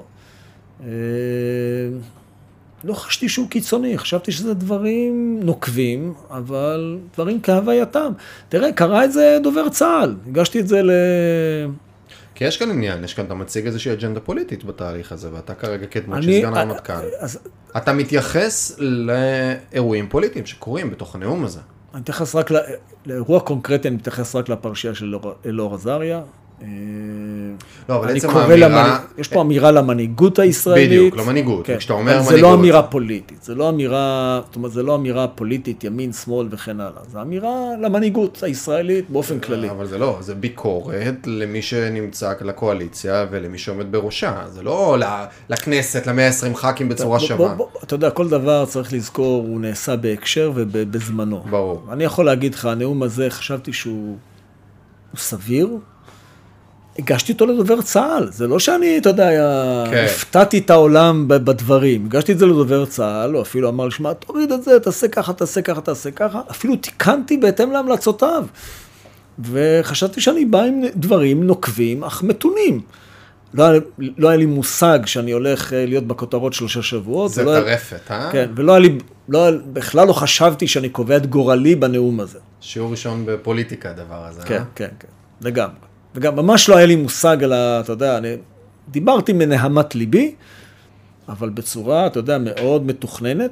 לא חשתי שהוא קיצוני, חשבתי שזה דברים נוקבים, אבל דברים כהווייתם. תראה, קרא את זה דובר צה"ל, הגשתי את זה כי יש כאן עניין, יש כאן, אתה מציג איזושהי אג'נדה פוליטית בתהליך הזה, ואתה כרגע כדמות של סגן הרמטכ"ל. אתה מתייחס לאירועים פוליטיים שקורים בתוך הנאום הזה. אני מתייחס רק לאירוע קונקרטי, אני מתייחס רק לפרשייה של אלאור עזריה. לא, אבל עצם האמירה... יש פה אמירה למנהיגות הישראלית. בדיוק, למנהיגות. כשאתה אומר מנהיגות... זה לא אמירה פוליטית. זה לא אמירה, זאת אומרת, זה לא אמירה פוליטית, ימין, שמאל וכן הלאה. זה אמירה למנהיגות הישראלית באופן כללי. אבל זה לא, זה ביקורת למי שנמצא לקואליציה ולמי שעומד בראשה. זה לא לכנסת, ל-120 ח"כים בצורה שווה. אתה יודע, כל דבר צריך לזכור, הוא נעשה בהקשר ובזמנו. ברור. אני יכול להגיד לך, הנאום הזה, חשבתי שהוא סביר. הגשתי אותו לדובר צה"ל, זה לא שאני, אתה יודע, הפתעתי את העולם בדברים, הגשתי את זה לדובר צה"ל, או אפילו אמר לי, שמע, תוריד את זה, תעשה ככה, תעשה ככה, תעשה ככה, אפילו תיקנתי בהתאם להמלצותיו, וחשבתי שאני בא עם דברים נוקבים, אך מתונים. לא היה לי מושג שאני הולך להיות בכותרות 3 שבועות. זה טרפת, אה? כן, ולא היה לי, בכלל לא חשבתי שאני קובע את גורלי בנאום הזה. שיעור ראשון בפוליטיקה, הדבר הזה, כן, כן, כן, לגמרי. וגם ממש לא היה לי מושג על אתה יודע, אני דיברתי מנהמת ליבי, אבל בצורה, אתה יודע, מאוד מתוכננת,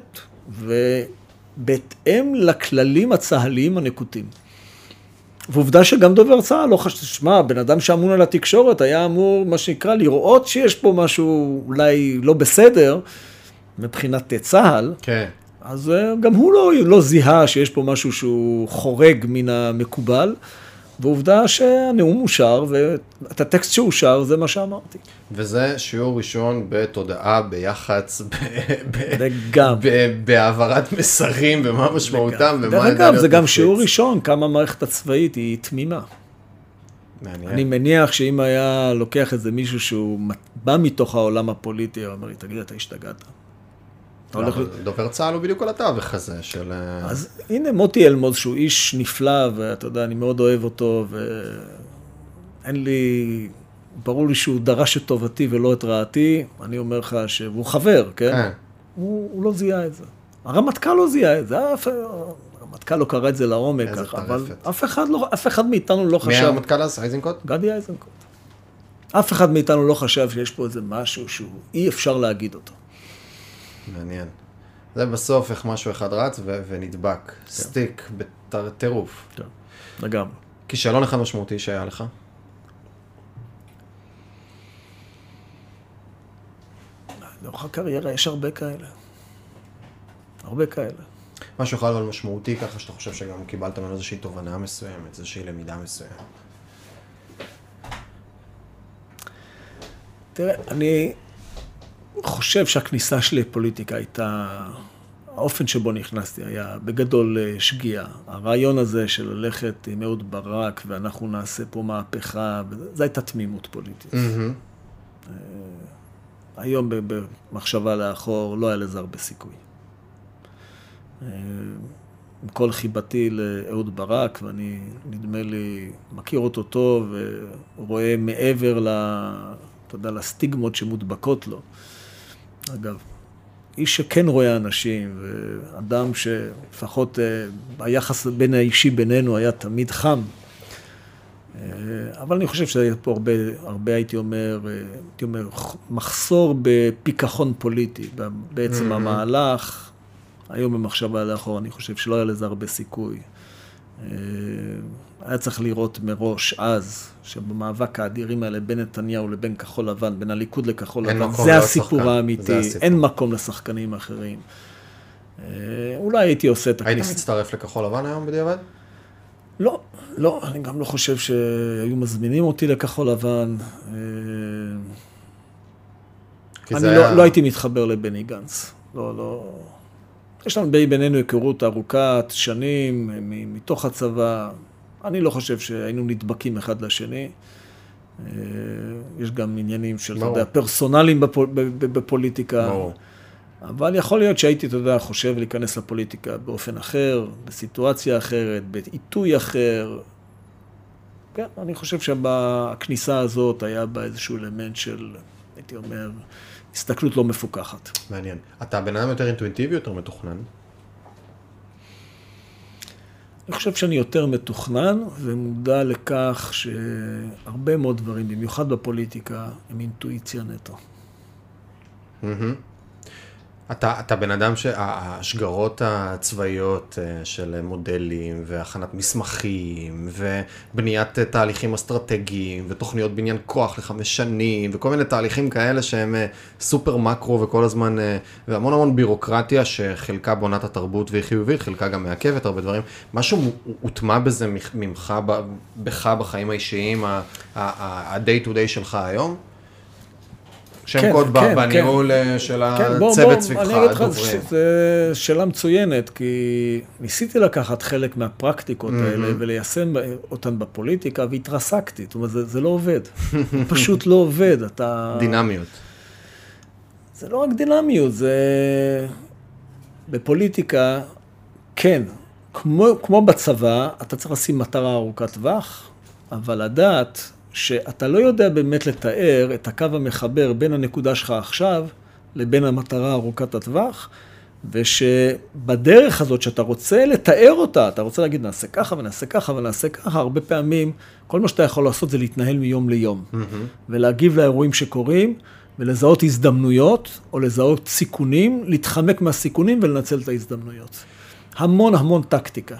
ובהתאם לכללים הצהליים הנקוטים. ועובדה שגם דובר צה"ל לא חשב, שמה, בן אדם שאמון על התקשורת היה אמור, מה שנקרא, לראות שיש פה משהו אולי לא בסדר, מבחינת צה"ל. כן. אז גם הוא לא זיהה שיש פה משהו שהוא חורג מן המקובל, ועובדה שהנאום אושר, ואת הטקסט שאושר זה מה שאמרתי. וזה שיעור ראשון בתודעה, ביח"צ, בהעברת מסרים, ומה משמעותם, ומה... אגב, זה גם שיעור ראשון, כמה המערכת הצבאית היא תמימה. מעניין. אני מניח שאם היה לוקח איזה מישהו שהוא בא מתוך העולם הפוליטי, הוא אומר לי, תגיד, אתה השתגעת. דובר צה"ל הוא בדיוק על התווך הזה של... אז הנה מוטי אלמוז שהוא איש נפלא, ואתה יודע, אני מאוד אוהב אותו, ואין לי... ברור לי שהוא דרש את טובתי ולא את רעתי, אני אומר לך שהוא חבר, כן? הוא לא זיהה את זה. הרמטכ"ל לא זיהה את זה, הרמטכ"ל לא קרא את זה לעומק, אבל אף אחד מאיתנו לא חשב... מי הרמטכ"ל אז? אייזנקוט? גדי אייזנקוט. אף אחד מאיתנו לא חשב שיש פה איזה משהו שהוא אי אפשר להגיד אותו. מעניין. זה בסוף איך משהו אחד רץ ונדבק. סטיק בטירוף. כן, לגמרי. כישלון אחד משמעותי שהיה לך? לאורך הקריירה יש הרבה כאלה. הרבה כאלה. משהו אחד אבל משמעותי ככה שאתה חושב שגם קיבלת ממנו איזושהי תובנה מסוימת, איזושהי למידה מסוימת. תראה, אני חושב שהכניסה שלי לפוליטיקה הייתה, האופן שבו נכנסתי היה בגדול שגיאה. הרעיון הזה של ללכת עם אהוד ברק ואנחנו נעשה פה מהפכה, זו הייתה תמימות פוליטית. היום במחשבה לאחור לא היה לזה הרבה סיכוי. עם כל חיבתי לאהוד ברק, ואני נדמה לי מכיר אותו טוב ורואה מעבר אתה יודע, לסטיגמות שמודבקות לו. אגב, איש שכן רואה אנשים, ואדם שלפחות היחס בין האישי בינינו היה תמיד חם. אבל אני חושב שהיה פה הרבה הייתי אומר, מחסור בפיכחון פוליטי. בעצם המהלך, היום במחשבה לאחור, אני חושב שלא היה לזה הרבה סיכוי. היה צריך לראות מראש אז, שבמאבק האדירים האלה בין נתניהו לבין כחול לבן, בין הליכוד לכחול לבן, זה הסיפור האמיתי, אין מקום לשחקנים אחרים. אולי הייתי עושה את הכניסה. היית מצטרף לכחול לבן היום בדיעבד? לא, אני גם לא חושב שהיו מזמינים אותי לכחול לבן. אני לא הייתי מתחבר לבני גנץ. לא. יש לנו בינינו היכרות ארוכת שנים מתוך הצבא. אני לא חושב שהיינו נדבקים אחד לשני. יש גם עניינים של, אתה יודע, פרסונליים בפוליטיקה. אבל יכול להיות שהייתי, אתה יודע, חושב להיכנס לפוליטיקה באופן אחר, בסיטואציה אחרת, בעיתוי אחר. כן, אני חושב שבכניסה הזאת היה בה איזשהו אלמנט של, הייתי אומר, הסתכלות לא מפוקחת. מעניין. אתה בן אדם יותר אינטואיטיבי, יותר מתוכנן? אני חושב שאני יותר מתוכנן, ומודע לכך שהרבה מאוד דברים, במיוחד בפוליטיקה, הם אינטואיציה נטו. אתה בן אדם שהשגרות הצבאיות של מודלים והכנת מסמכים ובניית תהליכים אסטרטגיים ותוכניות בניין כוח ל5 שנים וכל מיני תהליכים כאלה שהם סופר מקרו וכל הזמן והמון המון בירוקרטיה שחלקה בונת התרבות והיא חיובית, חלקה גם מעכבת הרבה דברים. משהו הוטמע בזה ממך, בך בחיים האישיים, ה-day to day שלך היום? שם קוד בניהול של הצוות סביבך, הדוברים. זו שאלה מצוינת, כי ניסיתי לקחת חלק מהפרקטיקות האלה וליישם אותן בפוליטיקה, והתרסקתי. זאת אומרת, זה לא עובד. פשוט לא עובד. דינמיות. זה לא רק דינמיות, זה... בפוליטיקה, כן, כמו בצבא, אתה צריך לשים מטרה ארוכת טווח, אבל לדעת... שאתה לא יודע באמת לתאר את הקו המחבר בין הנקודה שלך עכשיו לבין המטרה ארוכת הטווח, ושבדרך הזאת שאתה רוצה לתאר אותה, אתה רוצה להגיד נעשה ככה ונעשה ככה ונעשה ככה, הרבה פעמים כל מה שאתה יכול לעשות זה להתנהל מיום ליום, ולהגיב לאירועים שקורים, ולזהות הזדמנויות, או לזהות סיכונים, להתחמק מהסיכונים ולנצל את ההזדמנויות. המון המון טקטיקה.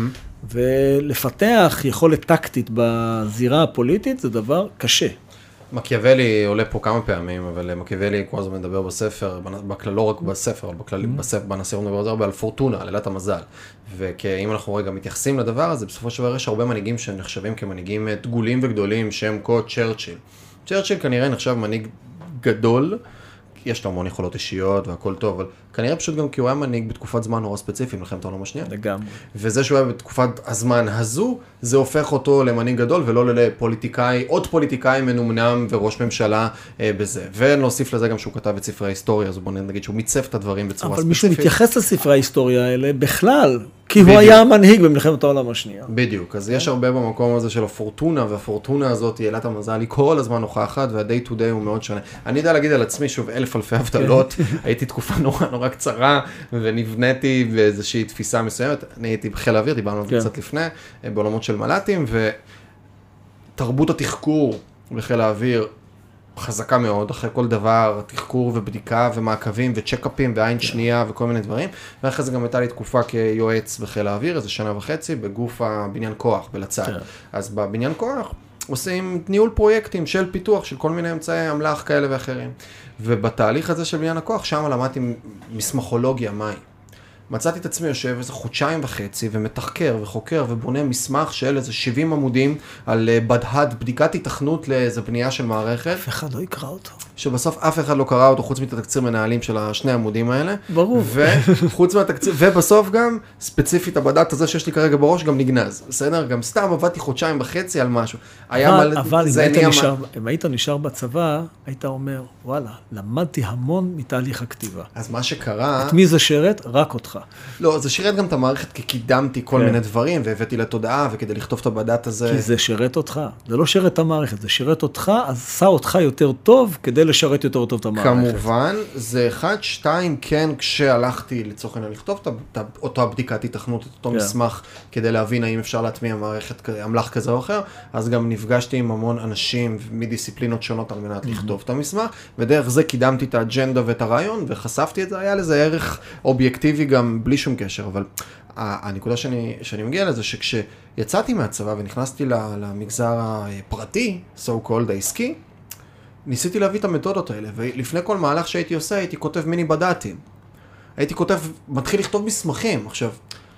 ולפתח יכולת טקטית בזירה הפוליטית זה דבר קשה. מקיאוולי עולה פה כמה פעמים, אבל מקיאוולי כל הזמן מדבר בספר, לא רק בספר, אבל בנשיא הוא מדבר הרבה על פורטונה, על אלת המזל. ואם אנחנו רגע מתייחסים לדבר הזה, בסופו של דבר יש הרבה מנהיגים שנחשבים כמנהיגים דגולים וגדולים, שם קוד צ'רצ'יל. צ'רצ'יל כנראה נחשב מנהיג גדול, יש לו המון יכולות אישיות והכל טוב, אבל כנראה פשוט גם כי הוא היה מנהיג בתקופת זמן נורא ספציפית, מלחמת העולם השנייה. לגמרי. וזה שהוא היה בתקופת הזמן הזו, זה הופך אותו למנהיג גדול, ולא לפוליטיקאי, עוד פוליטיקאי מנומנם וראש ממשלה בזה. ונוסיף לזה גם שהוא כתב את ספרי ההיסטוריה, אז בוא נגיד שהוא מיצב את הדברים בצורה ספציפית. אבל מישהו מתייחס לספרי ההיסטוריה האלה בכלל, כי הוא היה המנהיג במלחמת העולם השנייה. בדיוק, אז יש הרבה במקום הזה של הפורטונה, והפורטונה הזאת היא אלת המזל, היא כל הזמן נוכחת, וה-day to day הוא מאוד שונה. אני יודע להגיד על עצמי, שוב, אלפי הבדלות, הייתי תקופה נורא קצרה, ונבניתי באיזושהי תפיסה מסוימת. אני הייתי בחיל האוויר, דיברנו על זה קצת לפני, בעולמות של מל"טים, ותרבות התחקור בחיל האוויר חזקה מאוד, אחרי כל דבר, תחקור ובדיקה ומעקבים וצ'קאפים ועין שנייה וכל מיני דברים, ואחרי זה גם הייתה לי תקופה כיועץ בחיל האוויר, איזה 1.5 שנה, בגוף הבניין כוח, בלצד. אז בבניין כוח עושים ניהול פרויקטים של פיתוח, של כל מיני אמצעי אמל"ח כאלה ואחרים. ובתהליך הזה של בניין הכוח, שם למדתי מסמכולוגיה, מהי. מצאתי את עצמי יושב איזה 1.5 חודשים ומתחקר וחוקר ובונה מסמך של איזה 70 עמודים על בדהד, בדיקת התכנות לאיזה בנייה של מערכת. אף אחד לא יקרא אותו. שבסוף אף אחד לא קרא אותו חוץ מתקציר מנהלים של השני עמודים האלה. ברור. וחוץ מהתקציר, ובסוף גם ספציפית הבד"ת הזה שיש לי כרגע בראש גם נגנז. בסדר? גם סתם עבדתי 1.5 חודשים על משהו. אבל אם היית נשאר בצבא, היית אומר, וואלה, למדתי המון מתהליך הכתיבה. אז מה שקרה... את מי זה שרת? רק אותך. לא, זה שירת גם את המערכת כי קידמתי כל מיני דברים והבאתי לתודעה וכדי לכתוב את הבד"ת הזה... כי זה שירת אותך. זה לא שירת את המערכת, זה שירת אותך, אז עשה אותך יותר טוב כדי לשרת יותר טוב את המערכת. כמובן, זה 1, 2, כן, כשהלכתי לצורך העניין לכתוב את אותה בדיקת התכנות, את אותו מסמך, כדי להבין האם אפשר להטמיע מערכת אמל"ח כזה או אחר, אז גם נפגשתי עם המון אנשים מדיסציפלינות שונות על מנת לכתוב את המסמך, ודרך זה קידמתי את האג'נדה ואת הרעיון, וחשפתי את זה, היה לזה ערך אובייקטיבי גם בלי שום קשר, אבל הנקודה שאני מגיע לזה, שכשיצאתי מהצבא ונכנסתי למגזר הפרטי, so called העסקי, ניסיתי להביא את המתודות האלה, ולפני כל מהלך שהייתי עושה, הייתי כותב מיני בד"תים. הייתי מתחיל לכתוב מסמכים. עכשיו,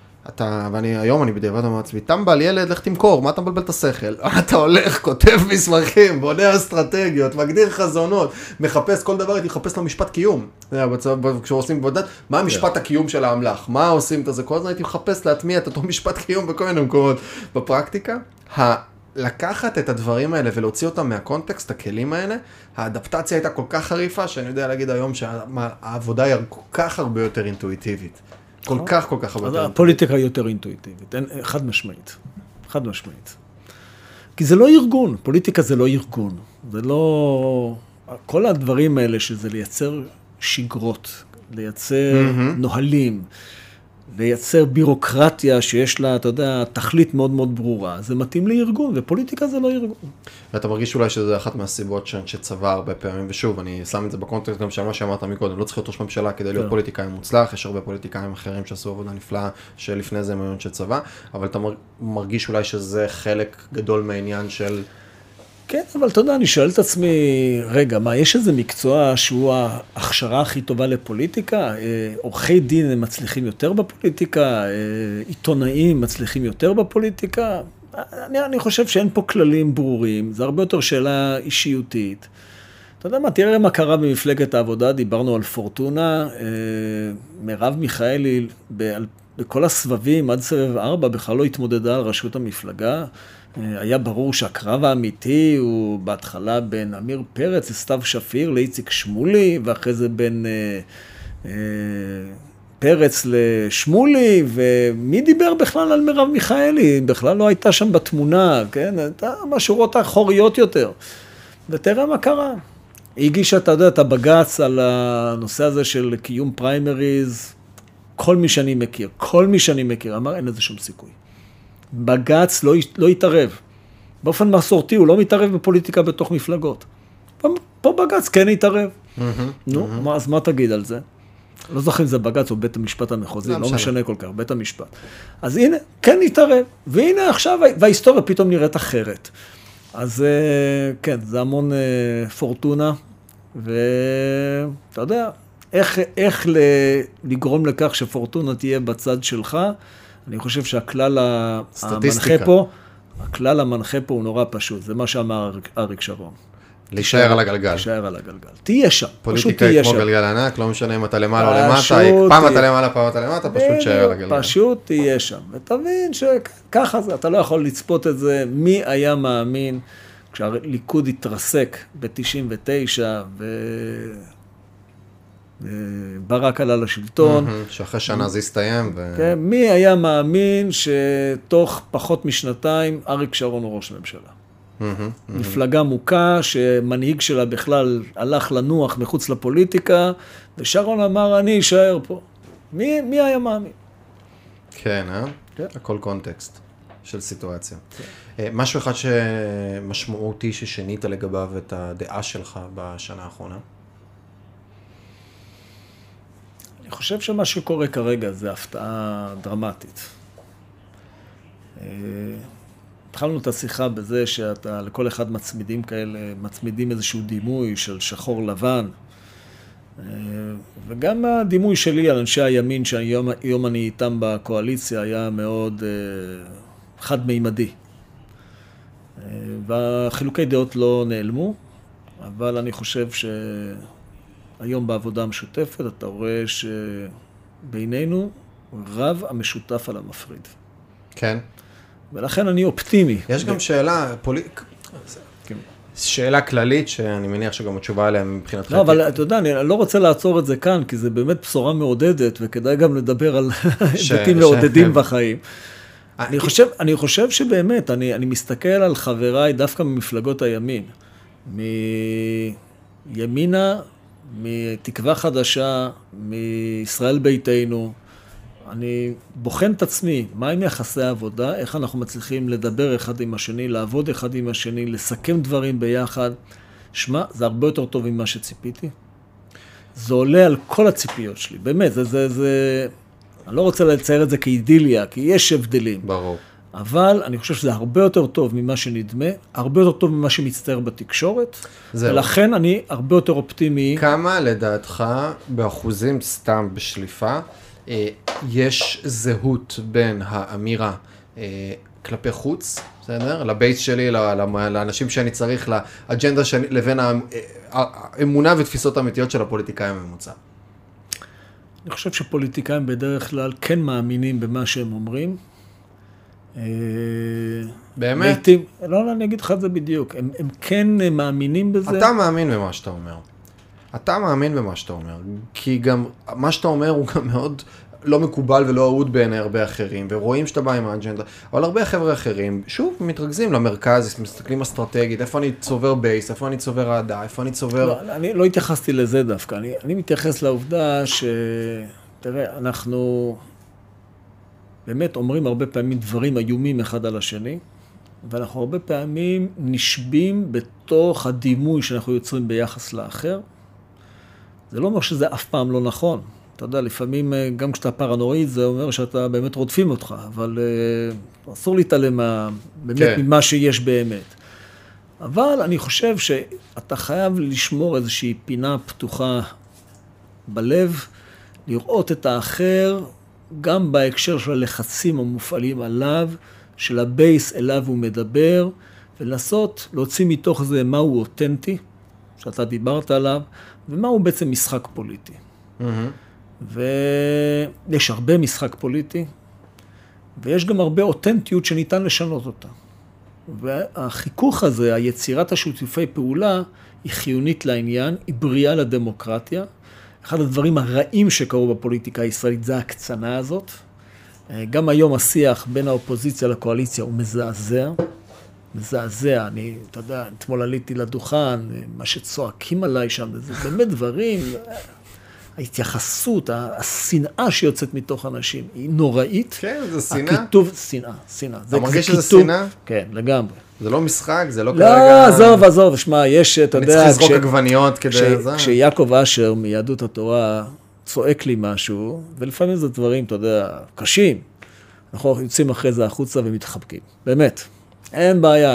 היום אני בדיעבד אומר לעצמי, טמבל, ילד, לך תמכור, מה אתה מבלבל את השכל? אתה הולך, כותב מסמכים, בונה אסטרטגיות, מגדיר חזונות, מחפש כל דבר, הייתי מחפש לו משפט קיום. כשעושים בד"ת, מה המשפט הקיום של האמל"ח? מה עושים את זה? כל הזמן הייתי מחפש להטמיע את אותו משפט קיום בכל מיני מקומות. בפרקטיקה, לקחת את הדברים האלה ולהוציא אותם מהקונטקסט, הכלים האלה, האדפטציה הייתה כל כך חריפה, שאני יודע להגיד היום שהעבודה היא כל כך הרבה יותר אינטואיטיבית. כל כך הרבה יותר אינטואיטיבית. הפוליטיקה היא יותר אינטואיטיבית, חד משמעית. חד משמעית. כי זה לא ארגון, פוליטיקה זה לא ארגון. זה לא... כל הדברים האלה שזה לייצר שגרות, לייצר נהלים, לייצר בירוקרטיה שיש לה, אתה יודע, תכלית מאוד מאוד ברורה. זה מתאים לארגון, ופוליטיקה זה לא ארגון. ואתה מרגיש אולי שזה אחת מהסיבות שצבא הרבה פעמים, ושוב, אני שם את זה בקונטקסט גם של מה שאמרת מקודם, לא צריך להיות ראש ממשלה כדי להיות פוליטיקאי מוצלח, יש הרבה פוליטיקאים אחרים שעשו עבודה נפלאה, שלפני זה מיון של צבא, אבל אתה מרגיש אולי שזה חלק גדול מהעניין של... כן, אבל אתה יודע, אני שואל את עצמי, רגע, מה, יש איזה מקצוע שהוא ההכשרה הכי טובה לפוליטיקה? עורכי דין הם מצליחים יותר בפוליטיקה? עיתונאים מצליחים יותר בפוליטיקה? אני חושב שאין פה כללים ברורים, זה הרבה יותר שאלה אישיותית. אתה יודע מה, תראה מה קרה במפלגת העבודה, דיברנו על פורטונה, מרב מיכאלי, בכל הסבבים עד סבב 4 בכלל לא התמודדה על ראשות המפלגה, היה ברור שהקרב האמיתי הוא בהתחלה בין אמיר פרץ לסתיו שפיר לאיציק שמולי, ואחרי זה בין פרץ לשמולי, ומי דיבר בכלל על מרב מיכאלי? בכלל לא הייתה שם בתמונה, כן? הייתה מהשורות האחוריות יותר. ותראה מה קרה. היא הגישה, אתה יודע, את הבג"ץ על הנושא הזה של קיום פריימריז, כל מי שאני מכיר, אמר אין לזה שום סיכוי. בג"ץ לא יתערב. באופן מסורתי הוא לא מתערב בפוליטיקה בתוך מפלגות. פה בג"ץ כן יתערב. נו, אז מה תגיד על זה? לא זוכר אם זה בג"ץ או בית המשפט המחוזי, לא משנה כל כך, בית המשפט. אז הנה, כן יתערב. והנה עכשיו, וההיסטוריה פתאום נראית אחרת. אז כן, זה המון פורטונה, ואתה יודע, איך לגרום לכך שפורטונה תהיה בצד שלך, אני חושב שהכלל המנחה פה הוא נורא פשוט, זה מה שאמר אריק שרון. להישאר על הגלגל. להישאר על הגלגל. תהיה שם, פוליטיקה היא כמו גלגל ענק, לא משנה אם אתה למעלה או למטה, פעם אתה למעלה, פעם אתה למטה, פשוט תישאר על הגלגל. פשוט תהיה שם, ותבין שככה זה, אתה לא יכול לצפות את זה, מי היה מאמין, כשהליכוד התרסק ב-99, וברק עלה לשלטון. שאחרי שנה זה הסתיים. מי היה מאמין שתוך פחות משנתיים אריק שרון הוא ראש ממשלה. מפלגה מוכה שמנהיג שלה בכלל הלך לנוח מחוץ לפוליטיקה, ושרון אמר אני אשאר פה. מי היה מאמין? כן, הכל קונטקסט של סיטואציה. משהו אחד שמשמעותי ששינית לגביו את הדעה שלך בשנה האחרונה? אני חושב שמה שקורה כרגע זה הפתעה דרמטית. התחלנו את השיחה בזה שאתה לכל אחד מצמידים איזשהו דימוי של שחור לבן, וגם הדימוי שלי על אנשי הימין שהיום אני איתם בקואליציה היה מאוד חד-מימדי. והחילוקי דעות לא נעלמו, אבל אני חושב שהיום בעבודה המשותפת אתה רואה שבינינו רב המשותף על המפריד. כן. ולכן אני אופטימי. יש גם שאלה כללית שאני מניח שגם התשובה עליה מבחינתך. לא, אבל אתה יודע, אני לא רוצה לעצור את זה כאן, כי זה באמת בשורה מעודדת, וכדאי גם לדבר על היבטים מעודדים בחיים. אני חושב שבאמת, אני מסתכל על חבריי דווקא ממפלגות הימין, מימינה, מתקווה חדשה, מישראל ביתנו, אני בוחן את עצמי, מה עם יחסי העבודה, איך אנחנו מצליחים לדבר אחד עם השני, לעבוד אחד עם השני, לסכם דברים ביחד. שמע, זה הרבה יותר טוב ממה שציפיתי. זה עולה על כל הציפיות שלי, באמת, אני לא רוצה לצייר את זה כאידיליה, כי יש הבדלים. ברור. אבל אני חושב שזה הרבה יותר טוב ממה שנדמה, הרבה יותר טוב ממה שמצטער בתקשורת, ולכן אני הרבה יותר אופטימי. כמה לדעתך, באחוזים סתם בשליפה, יש זהות בין האמירה כלפי חוץ, בסדר? לבייס שלי, לאנשים שאני צריך, לאג'נדה שלי, לבין האמונה ותפיסות האמיתיות של הפוליטיקאים הממוצע? אני חושב שפוליטיקאים בדרך כלל כן מאמינים במה שהם אומרים. באמת? לא, אני אגיד לך את זה בדיוק. הם כן מאמינים בזה. אתה מאמין במה שאתה אומר. אתה מאמין במה שאתה אומר, כי גם מה שאתה אומר הוא גם מאוד לא מקובל ולא אהוד בעיני הרבה אחרים, ורואים שאתה בא עם האג'נדה, אבל הרבה חבר'ה אחרים, שוב, מתרכזים למרכז, מסתכלים אסטרטגית, איפה אני צובר בייס, איפה אני צובר העדה, איפה אני צובר... לא, אני לא התייחסתי לזה דווקא, אני מתייחס לעובדה תראה, אנחנו באמת אומרים הרבה פעמים דברים איומים אחד על השני, ואנחנו הרבה פעמים נשבים בתוך הדימוי שאנחנו יוצרים ביחס לאחר. זה לא אומר שזה אף פעם לא נכון. אתה יודע, לפעמים גם כשאתה פרנואיד זה אומר שאתה באמת רודפים אותך, אבל אסור להתעלם באמת ממה שיש באמת. אבל אני חושב שאתה חייב לשמור איזושהי פינה פתוחה בלב, לראות את האחר גם בהקשר של הלחצים המופעלים עליו, של הבייס אליו הוא מדבר, ולנסות להוציא מתוך זה מהו אותנטי, שאתה דיברת עליו, ומהו בעצם משחק פוליטי. ויש הרבה משחק פוליטי, ויש גם הרבה אותנטיות שניתן לשנות אותה. והחיכוך הזה, היצירת השיתופי פעולה, היא חיונית לעניין, היא בריאה לדמוקרטיה. אחד הדברים הרעים שקרו בפוליטיקה הישראלית זה ההקצנה הזאת. גם היום השיח בין האופוזיציה לקואליציה הוא מזעזע. מזעזע, אתה יודע, אתמול עליתי לדוכן, מה שצועקים עליי שם, זה באמת דברים, ההתייחסות, השנאה שיוצאת מתוך אנשים, היא נוראית. כן, זה שנאה. הכיתוב, שנאה. אתה מרגיש שזה שנאה? כן, לגמרי. זה לא משחק, זה לא כרגע... לא, עזוב, שמע, יש, אתה יודע... אני צריך לזרוק עגבניות כדי... כשיעקב אשר מיהדות התורה צועק לי משהו, ולפעמים זה דברים, אתה יודע, קשים, אנחנו יוצאים אחרי זה החוצה ומתחבקים. באמת. אין בעיה,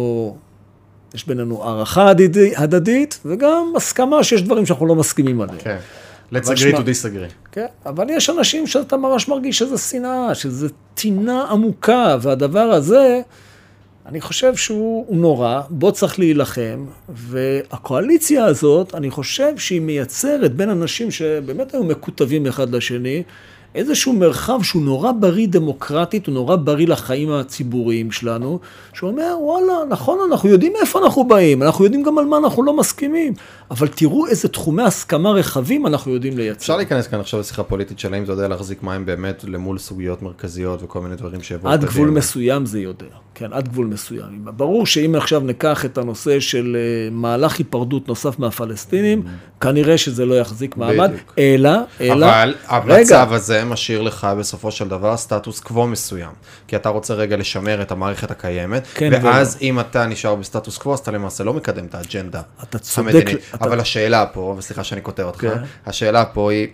יש בינינו הערכה הדדית, וגם הסכמה שיש דברים שאנחנו לא מסכימים עליהם. כן. Let's agree to disagree. כן, אבל יש אנשים שאתה ממש מרגיש שזה שנאה, שזה טינה עמוקה, והדבר הזה, אני חושב שהוא נורא, בו צריך להילחם, והקואליציה הזאת, אני חושב שהיא מייצרת בין אנשים שבאמת היו מקוטבים אחד לשני, איזשהו מרחב שהוא נורא בריא דמוקרטית, הוא נורא בריא לחיים הציבוריים שלנו, שאומר, וואלה, נכון, אנחנו יודעים מאיפה אנחנו באים, אנחנו יודעים גם על מה אנחנו לא מסכימים, אבל תראו איזה תחומי הסכמה רחבים אנחנו יודעים לייצר. אפשר להיכנס כאן עכשיו לשיחה פוליטית שלהם, אתה יודע להחזיק מים באמת למול סוגיות מרכזיות וכל מיני דברים שיבואו. עד גבול מסוים זה יודע, כן, עד גבול מסוים. ברור שאם עכשיו ניקח את הנושא של מהלך היפרדות נוסף מהפלסטינים, כנראה שזה לא יחזיק מעמד, אלא... אבל המצב הזה משאיר לך בסופו של דבר סטטוס קוו מסוים, כי אתה רוצה רגע לשמר את המערכת הקיימת, ואז אם אתה נשאר בסטטוס קוו, אז אתה למעשה לא מקדם את האג'נדה המדינית. אבל השאלה פה, וסליחה שאני קוטע אותך, השאלה פה היא,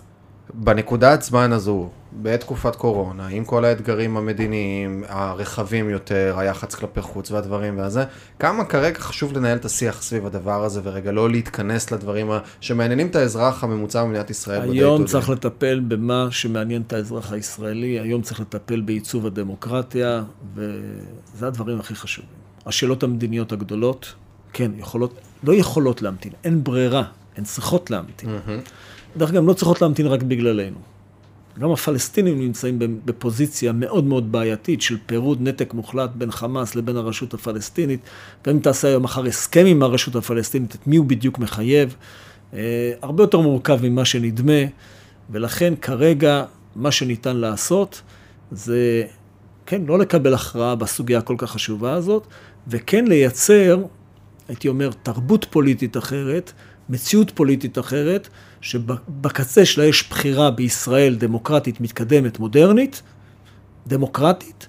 בנקודת זמן הזו, בתקופת קורונה, עם כל האתגרים המדיניים, הרחבים יותר, היחץ כלפי חוץ והדברים והזה, כמה כרגע חשוב לנהל את השיח סביב הדבר הזה, ורגע לא להתכנס לדברים שמעניינים את האזרח הממוצע במדינת ישראל. היום צריך לטפל במה שמעניין את האזרח הישראלי, היום צריך לטפל בעיצוב הדמוקרטיה, וזה הדברים הכי חשובים. השאלות המדיניות הגדולות, כן, לא יכולות להמתין, אין ברירה, הן צריכות להמתין. דרך אגב, לא צריכות להמתין רק בגללנו. גם הפלסטינים נמצאים בפוזיציה מאוד מאוד בעייתית של פירוד נתק מוחלט בין חמאס לבין הרשות הפלסטינית, ואם תעשה היום אחר הסכם עם הרשות הפלסטינית, את מי הוא בדיוק מחייב, הרבה יותר מורכב ממה שנדמה, ולכן כרגע מה שניתן לעשות זה, כן, לא לקבל הכרעה בסוגיה הכל כך חשובה הזאת, וכן לייצר, הייתי אומר, תרבות פוליטית אחרת, מציאות פוליטית אחרת, שבקצה שלה יש בחירה בישראל דמוקרטית, מתקדמת, מודרנית, דמוקרטית,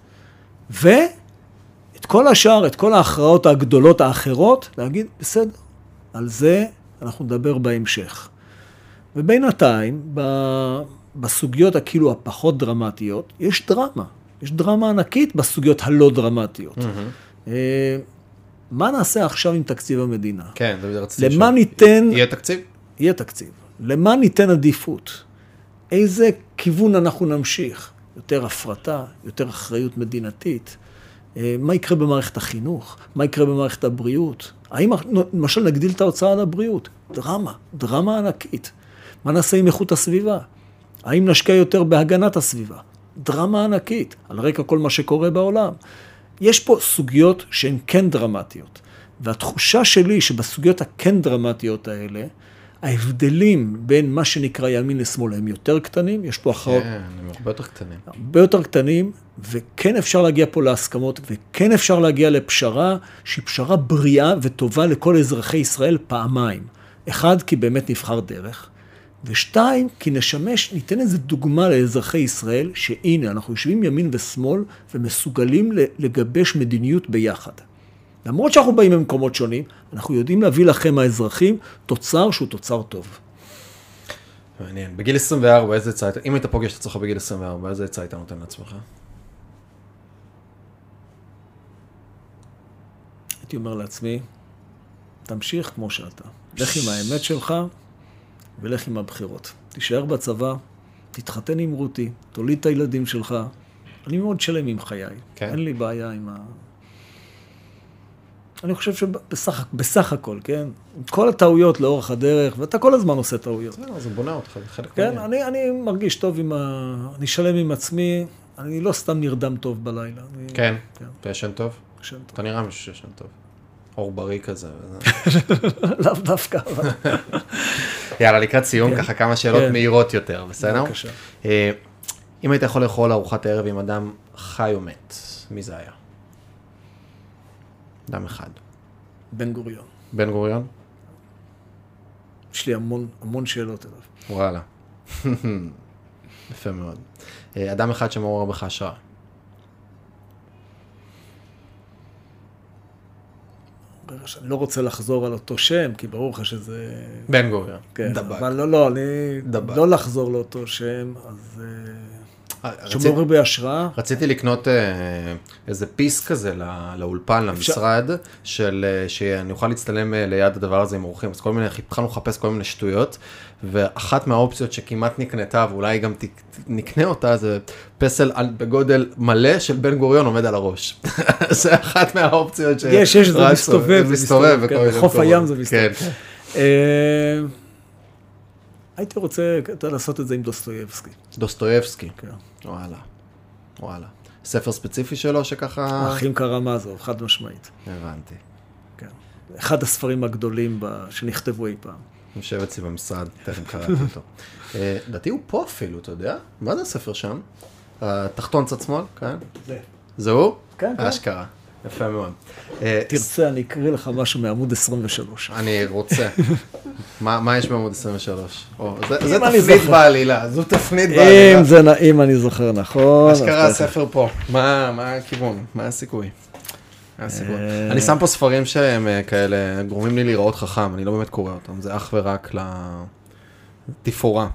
ואת כל השאר, את כל ההכרעות הגדולות האחרות, להגיד, בסדר, על זה אנחנו נדבר בהמשך. ובינתיים, בסוגיות הכאילו הפחות דרמטיות, יש דרמה. יש דרמה ענקית בסוגיות הלא דרמטיות. מה נעשה עכשיו עם תקציב המדינה? כן, זה רציתי למה ניתן... יהיה תקציב? יהיה תקציב. למה ניתן עדיפות? איזה כיוון אנחנו נמשיך? יותר הפרטה, יותר אחריות מדינתית? מה יקרה במערכת החינוך? מה יקרה במערכת הבריאות? האם למשל נגדיל את ההוצאה על הבריאות? דרמה ענקית. מה נעשה עם איכות הסביבה? האם נשקיע יותר בהגנת הסביבה? דרמה ענקית, על רקע כל מה שקורה בעולם. יש פה סוגיות שהן כן דרמטיות, והתחושה שלי שבסוגיות הכן דרמטיות האלה, ההבדלים בין מה שנקרא ימין לשמאל הם יותר קטנים, יש פה הכרעות... כן, הם הרבה יותר קטנים. הרבה יותר קטנים, וכן אפשר להגיע פה להסכמות, וכן אפשר להגיע לפשרה, שהיא פשרה בריאה וטובה לכל אזרחי ישראל פעמיים. אחד, כי באמת נבחר דרך, ושתיים, כי ניתן איזו דוגמה לאזרחי ישראל, שהנה, אנחנו יושבים ימין ושמאל, ומסוגלים לגבש מדיניות ביחד. למרות שאנחנו באים ממקומות שונים, אנחנו יודעים להביא לכם האזרחים תוצר שהוא תוצר טוב. מעניין. בגיל 24, איזה עצה, אם היית פוגש את עצמך בגיל 24, איזה עצה היית נותן לעצמך? הייתי אומר לעצמי, תמשיך כמו שאתה. לך עם האמת שלך, ולך עם הבחירות. תישאר בצבא, תתחתן עם רותי, תוליד את הילדים שלך. אני מאוד שלם עם חיי. כן. אין לי בעיה עם אני חושב שבסך הכל, כן? עם כל הטעויות לאורך הדרך, ואתה כל הזמן עושה טעויות. זה בונה אותך, זה חלק כן, אני מרגיש טוב אני שלם עם עצמי, אני לא סתם נרדם טוב בלילה. כן, אתה ישן טוב? אתה נראה מישהו שישן טוב. אור בריא כזה. לאו דווקא. יאללה, לקראת סיום, ככה כמה שאלות מהירות יותר, בסדר? בבקשה. אם היית יכול לאכול ארוחת ערב עם אדם חי או מת, מי זה היה? אדם אחד. בן גוריון. בן גוריון? יש לי המון שאלות אליו. וואלה. יפה מאוד. אדם אחד שמעורר בך השראה. אני לא רוצה לחזור על אותו שם, כי ברור לך שזה... בן גוריון. כן, דבק. אבל לא, אני... דבק. לא לחזור לאותו שם, אז... שמעורר בהשראה. רציתי לקנות איזה פיס כזה לאולפן, למשרד, שאני אוכל להצטלם ליד הדבר הזה עם אורחים. אז התחלנו לחפש כל מיני שטויות, ואחת מהאופציות שכמעט נקנתה, ואולי גם נקנה אותה, זה פסל בגודל מלא של בן גוריון עומד על הראש. זה אחת מהאופציות ש... יש, זה מסתובב. בחוף הים זה מסתובב. הייתי רוצה לעשות את זה עם דוסטויבסקי. דוסטויבסקי? כן. וואלה. ספר ספציפי שלו שככה... האחים קרמזוב, חד משמעית. הבנתי. כן. אחד הספרים הגדולים שנכתבו אי פעם. יושב אצלי במשרד, תכף קראתי אותו. דעתי הוא פה אפילו, אתה יודע? מה זה הספר שם? התחתון צד שמאל, כן? זה הוא? כן. אשכרה. יפה מאוד. תרצה, אני אקריא לך משהו מעמוד 23. אני רוצה. מה יש בעמוד 23? זה תפנית בעלילה, זו תפנית בעלילה. אם אני זוכר נכון. אשכרה הספר פה. מה הכיוון? מה הסיכוי? אני שם פה ספרים שהם כאלה, גורמים לי לראות חכם, אני לא באמת קורא אותם, זה אך ורק לתפאורה.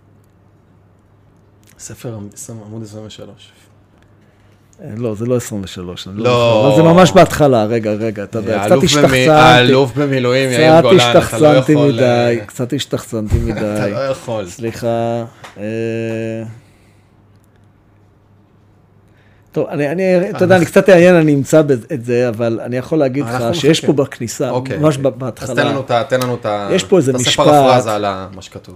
ספר עמוד 23. לא, זה לא 23. לא. אבל זה ממש בהתחלה, רגע, אתה יודע, קצת השתחצנתי. האלוף במילואים, יאיר גולן, אתה לא יכול... קצת השתחצנתי מדי. אתה לא יכול. סליחה. טוב, אתה יודע, אני קצת אעיין, אני אמצא את זה, אבל אני יכול להגיד לך שיש פה בכניסה, ממש בהתחלה. אז תן לנו את יש פה איזה משפט. פרפרזה על מה שכתוב.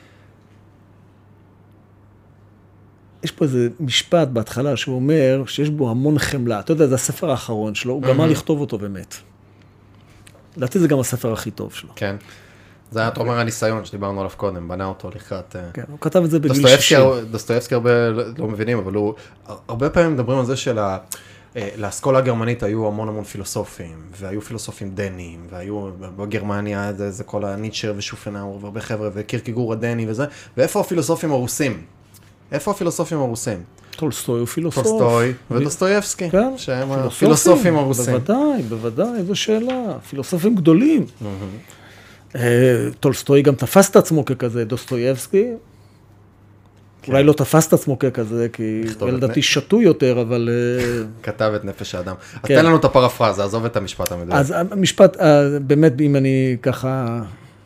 יש פה איזה משפט בהתחלה שהוא אומר שיש בו המון חמלה. אתה יודע, זה הספר האחרון שלו, הוא גמר לכתוב אותו באמת. לדעתי זה גם הספר הכי טוב שלו. כן. זה היה, אתה אומר, הניסיון שדיברנו עליו קודם, בנה אותו לקראת... כן, הוא כתב את זה בגיל 60. דוסטויבסקי הרבה לא מבינים, אבל הוא... הרבה פעמים מדברים על זה לאסכולה הגרמנית היו המון פילוסופים, והיו פילוסופים דנים, והיו בגרמניה זה כל הניטשר ושופנאור, והרבה חבר'ה, וקירקגור הדני וזה, ואיפה הפילוסופים הרוסים? איפה הפילוסופים הרוסים? טולסטוי הוא פילוסוף. טולסטוי ודוסטויבסקי, כן, שהם הפילוסופים הרוסים. בוודאי, איזו שאלה. פילוסופים גדולים. טולסטוי גם תפס את עצמו ככזה, דוסטויבסקי. אולי לא תפס את עצמו ככזה, כי לדעתי שתו יותר, אבל... כתב את נפש האדם. אז תן לנו את הפרפרזה, עזוב את המשפט המדויק. אז המשפט, באמת, אם אני ככה...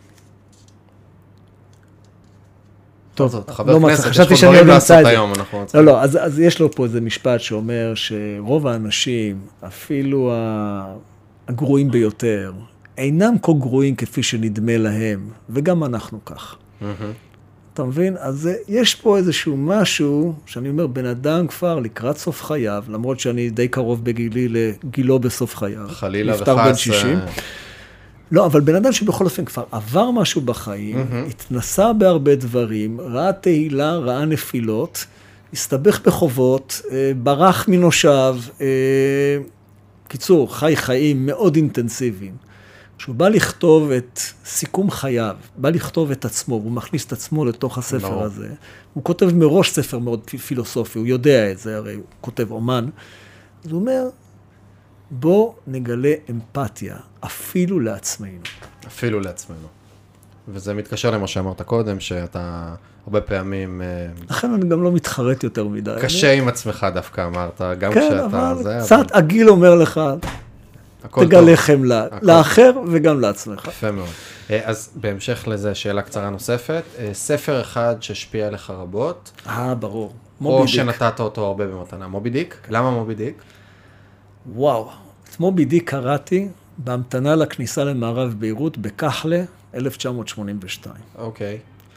טוב, חבר כנסת, יש פה דברים לעשות היום, אנחנו רוצים. לא, אז יש לו פה איזה משפט שאומר שרוב האנשים, אפילו הגרועים ביותר, אינם כה גרועים כפי שנדמה להם, וגם אנחנו כך. אתה מבין? אז יש פה איזשהו משהו, שאני אומר, בן אדם כבר לקראת סוף חייו, למרות שאני די קרוב בגילי לגילו בסוף חייו. חלילה וחס. נפטר בן 60. לא, אבל בן אדם שבכל אופן כבר עבר משהו בחיים, התנסה בהרבה דברים, ראה תהילה, ראה נפילות, הסתבך בחובות, ברח מנושיו, קיצור, חי חיים מאוד אינטנסיביים. כשהוא בא לכתוב את סיכום חייו, בא לכתוב את עצמו, הוא מכניס את עצמו לתוך הספר הזה, הוא כותב מראש ספר מאוד פילוסופי, הוא יודע את זה, הרי הוא כותב אומן, אז הוא אומר, בוא נגלה אמפתיה, אפילו לעצמנו. אפילו לעצמנו. וזה מתקשר למה שאמרת קודם, שאתה הרבה פעמים... לכן אני גם לא מתחרט יותר מדי. קשה עם עצמך דווקא, אמרת, גם כן, כשאתה... אבל קצת הגיל אומר לך, תגלה חמלה, לאחר וגם לעצמך. יפה מאוד. אז בהמשך לזה, שאלה קצרה נוספת, ספר אחד שהשפיע עליך רבות. ברור. או שנתת אותו הרבה במתנה. מובי דיק? למה מובי דיק? וואו, את מובי דיק קראתי בהמתנה לכניסה למערב ביירות בכחלה, 1982. אוקיי.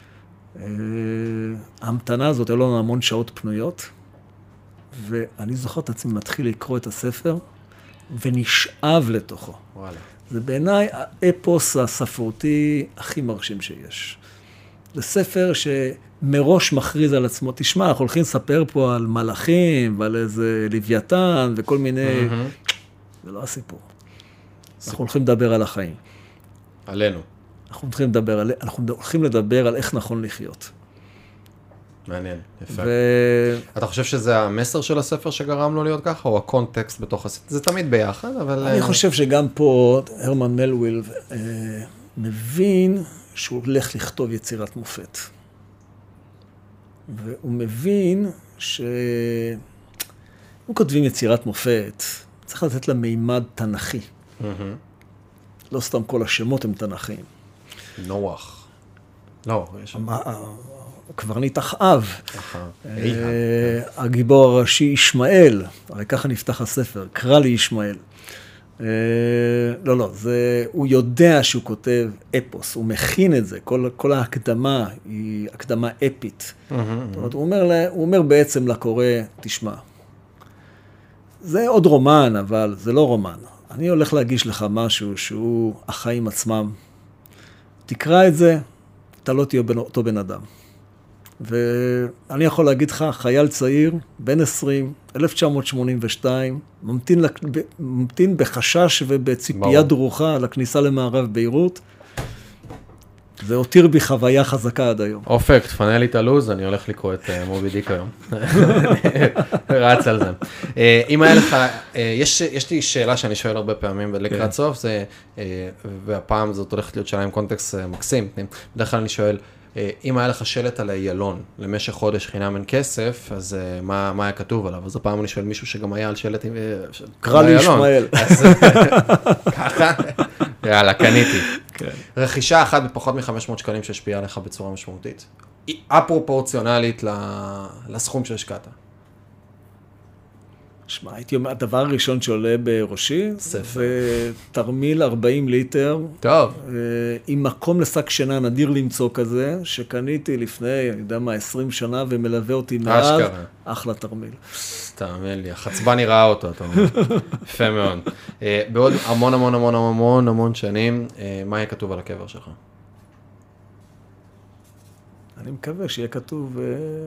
ההמתנה הזאת, היו לנו המון שעות פנויות, ואני זוכר את עצמי מתחיל לקרוא את הספר, ונשאב לתוכו. וואלה. זה בעיניי האפוס הספרותי הכי מרשים שיש. זה ספר שמראש מכריז על עצמו, תשמע, אנחנו הולכים לספר פה על מלאכים, ועל איזה לוויתן, וכל מיני... זה לא הסיפור. אנחנו הולכים לדבר על החיים. עלינו. אנחנו הולכים לדבר על איך נכון לחיות. מעניין, יפה. אתה חושב שזה המסר של הספר שגרם לו להיות ככה, או הקונטקסט בתוך הספר? זה תמיד ביחד, אבל... אני חושב שגם פה הרמן מלוויל מבין שהוא הולך לכתוב יצירת מופת. והוא מבין שהוא כותבים יצירת מופת, צריך לתת לה מימד תנכי. לא סתם כל השמות הם תנכיים. נוח. לא, יש... קברניט אחאב, הגיבור הראשי ישמעאל, הרי ככה נפתח הספר, קרא לי ישמעאל. לא, הוא יודע שהוא כותב אפוס, הוא מכין את זה, כל ההקדמה היא הקדמה אפית. זאת אומרת, הוא אומר בעצם לקורא, תשמע, זה עוד רומן, אבל זה לא רומן. אני הולך להגיש לך משהו שהוא החיים עצמם. תקרא את זה, אתה לא תהיה אותו בן אדם. ואני יכול להגיד לך, חייל צעיר, בן 20, 1982, ממתין בחשש ובציפייה דרוכה לכניסה למערב ביירות. זה הותיר בי חוויה חזקה עד היום. אופק, תפנה לי את הלוז, אני הולך לקרוא את מובי דיק היום. רץ על זה. אם היה לך, יש לי שאלה שאני שואל הרבה פעמים לקראת סוף, והפעם זאת הולכת להיות שאלה עם קונטקסט מקסים. בדרך כלל אני שואל, אם היה לך שלט על איילון למשך חודש חינם אין כסף, אז מה היה כתוב עליו? אז הפעם אני שואל מישהו שגם היה על שלט עם קרא לי ישמעאל. ככה? יאללה, קניתי. רכישה אחת בפחות מ-500 שקלים שהשפיעה עליך בצורה משמעותית. היא אפרופורציונלית לסכום שהשקעת. שמע, הייתי אומר, הדבר הראשון שעולה בראשי, זה תרמיל 40 ליטר. טוב. עם מקום לשק שינה, נדיר למצוא כזה, שקניתי לפני, אני יודע מה, 20 שנה, ומלווה אותי מאז. אחלה תרמיל. תאמין לי, החצבני ראה אותו, אתה אומר. יפה מאוד. בעוד המון שנים, מה יהיה כתוב על הקבר שלך? אני מקווה שיהיה כתוב,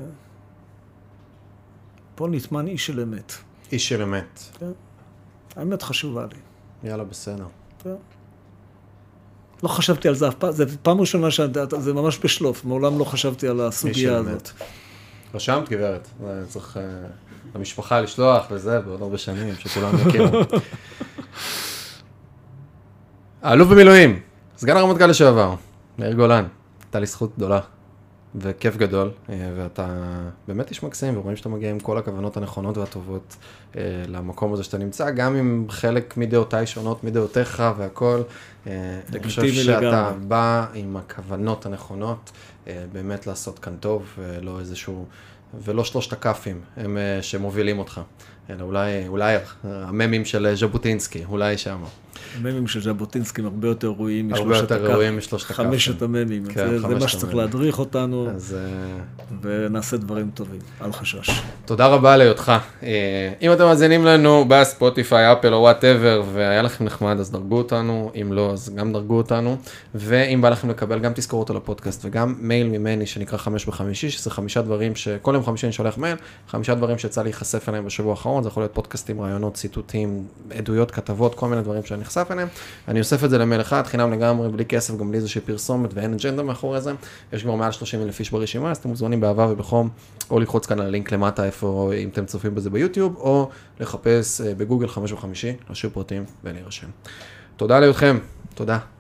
פה נטמן איש של אמת. איש של אמת. כן. האמת חשובה לי. יאללה, בסדר. כן. לא חשבתי על זה אף פעם, זה פעם ראשונה שזה ממש בשלוף, מעולם לא חשבתי על הסוגיה הזאת. רשמת, גברת. צריך למשפחה לשלוח וזה, בעוד הרבה שנים, שכולם יכירו. האלוף במילואים, סגן הרמטכ"ל לשעבר, מאיר גולן, הייתה לי זכות גדולה. וכיף גדול, ואתה באמת איש מקסים, ורואים שאתה מגיע עם כל הכוונות הנכונות והטובות למקום הזה שאתה נמצא, גם עם חלק מדעותיי שונות, מדעותיך והכל. אני חושב שאתה בא עם הכוונות הנכונות, באמת לעשות כאן טוב, ולא שלושת הקפים הם שמובילים אותך, אלא אולי הממים של ז'בוטינסקי, אולי שם. הממים של ז'בוטינסקי הם הרבה יותר ראויים משלושת הקפים. חמשת הממים. זה מה שצריך להדריך אותנו, ונעשה דברים טובים, אל חשש. תודה רבה להיותך. אם אתם מאזינים לנו בספוטיפיי, אפל או whatever, והיה לכם נחמד, אז דרגו אותנו. אם לא, אז גם דרגו אותנו. ואם בא לכם לקבל גם תזכורות על הפודקאסט, וגם מייל ממני שנקרא 5 ב-5, שזה 5 דברים שכל יום 5 אני שולח מייל, 5 דברים שיצא לי להיחשף אליהם בשבוע האחרון. זה יכול להיות פודקאסטים, רעיונות, ציטוטים, עדויות, כתבות, כל מיני דברים שאני נחשף אליהם. אני אוסף את זה למייל אחד, חינם לגמרי, בלי כסף, גם בלי איזושהי פרסומת ואין אג'נדה מאחורי זה. יש כבר מעל 30,000 איש ברשימה, אז אתם מוזמנים באהבה ובחום, או לחוץ כאן על הלינק למטה איפה, אם אתם צופים בזה ביוטיוב, או לחפש בגוגל 5 ב-5, להשאיר פרטים ולהירשם. תודה להיותכם, תודה.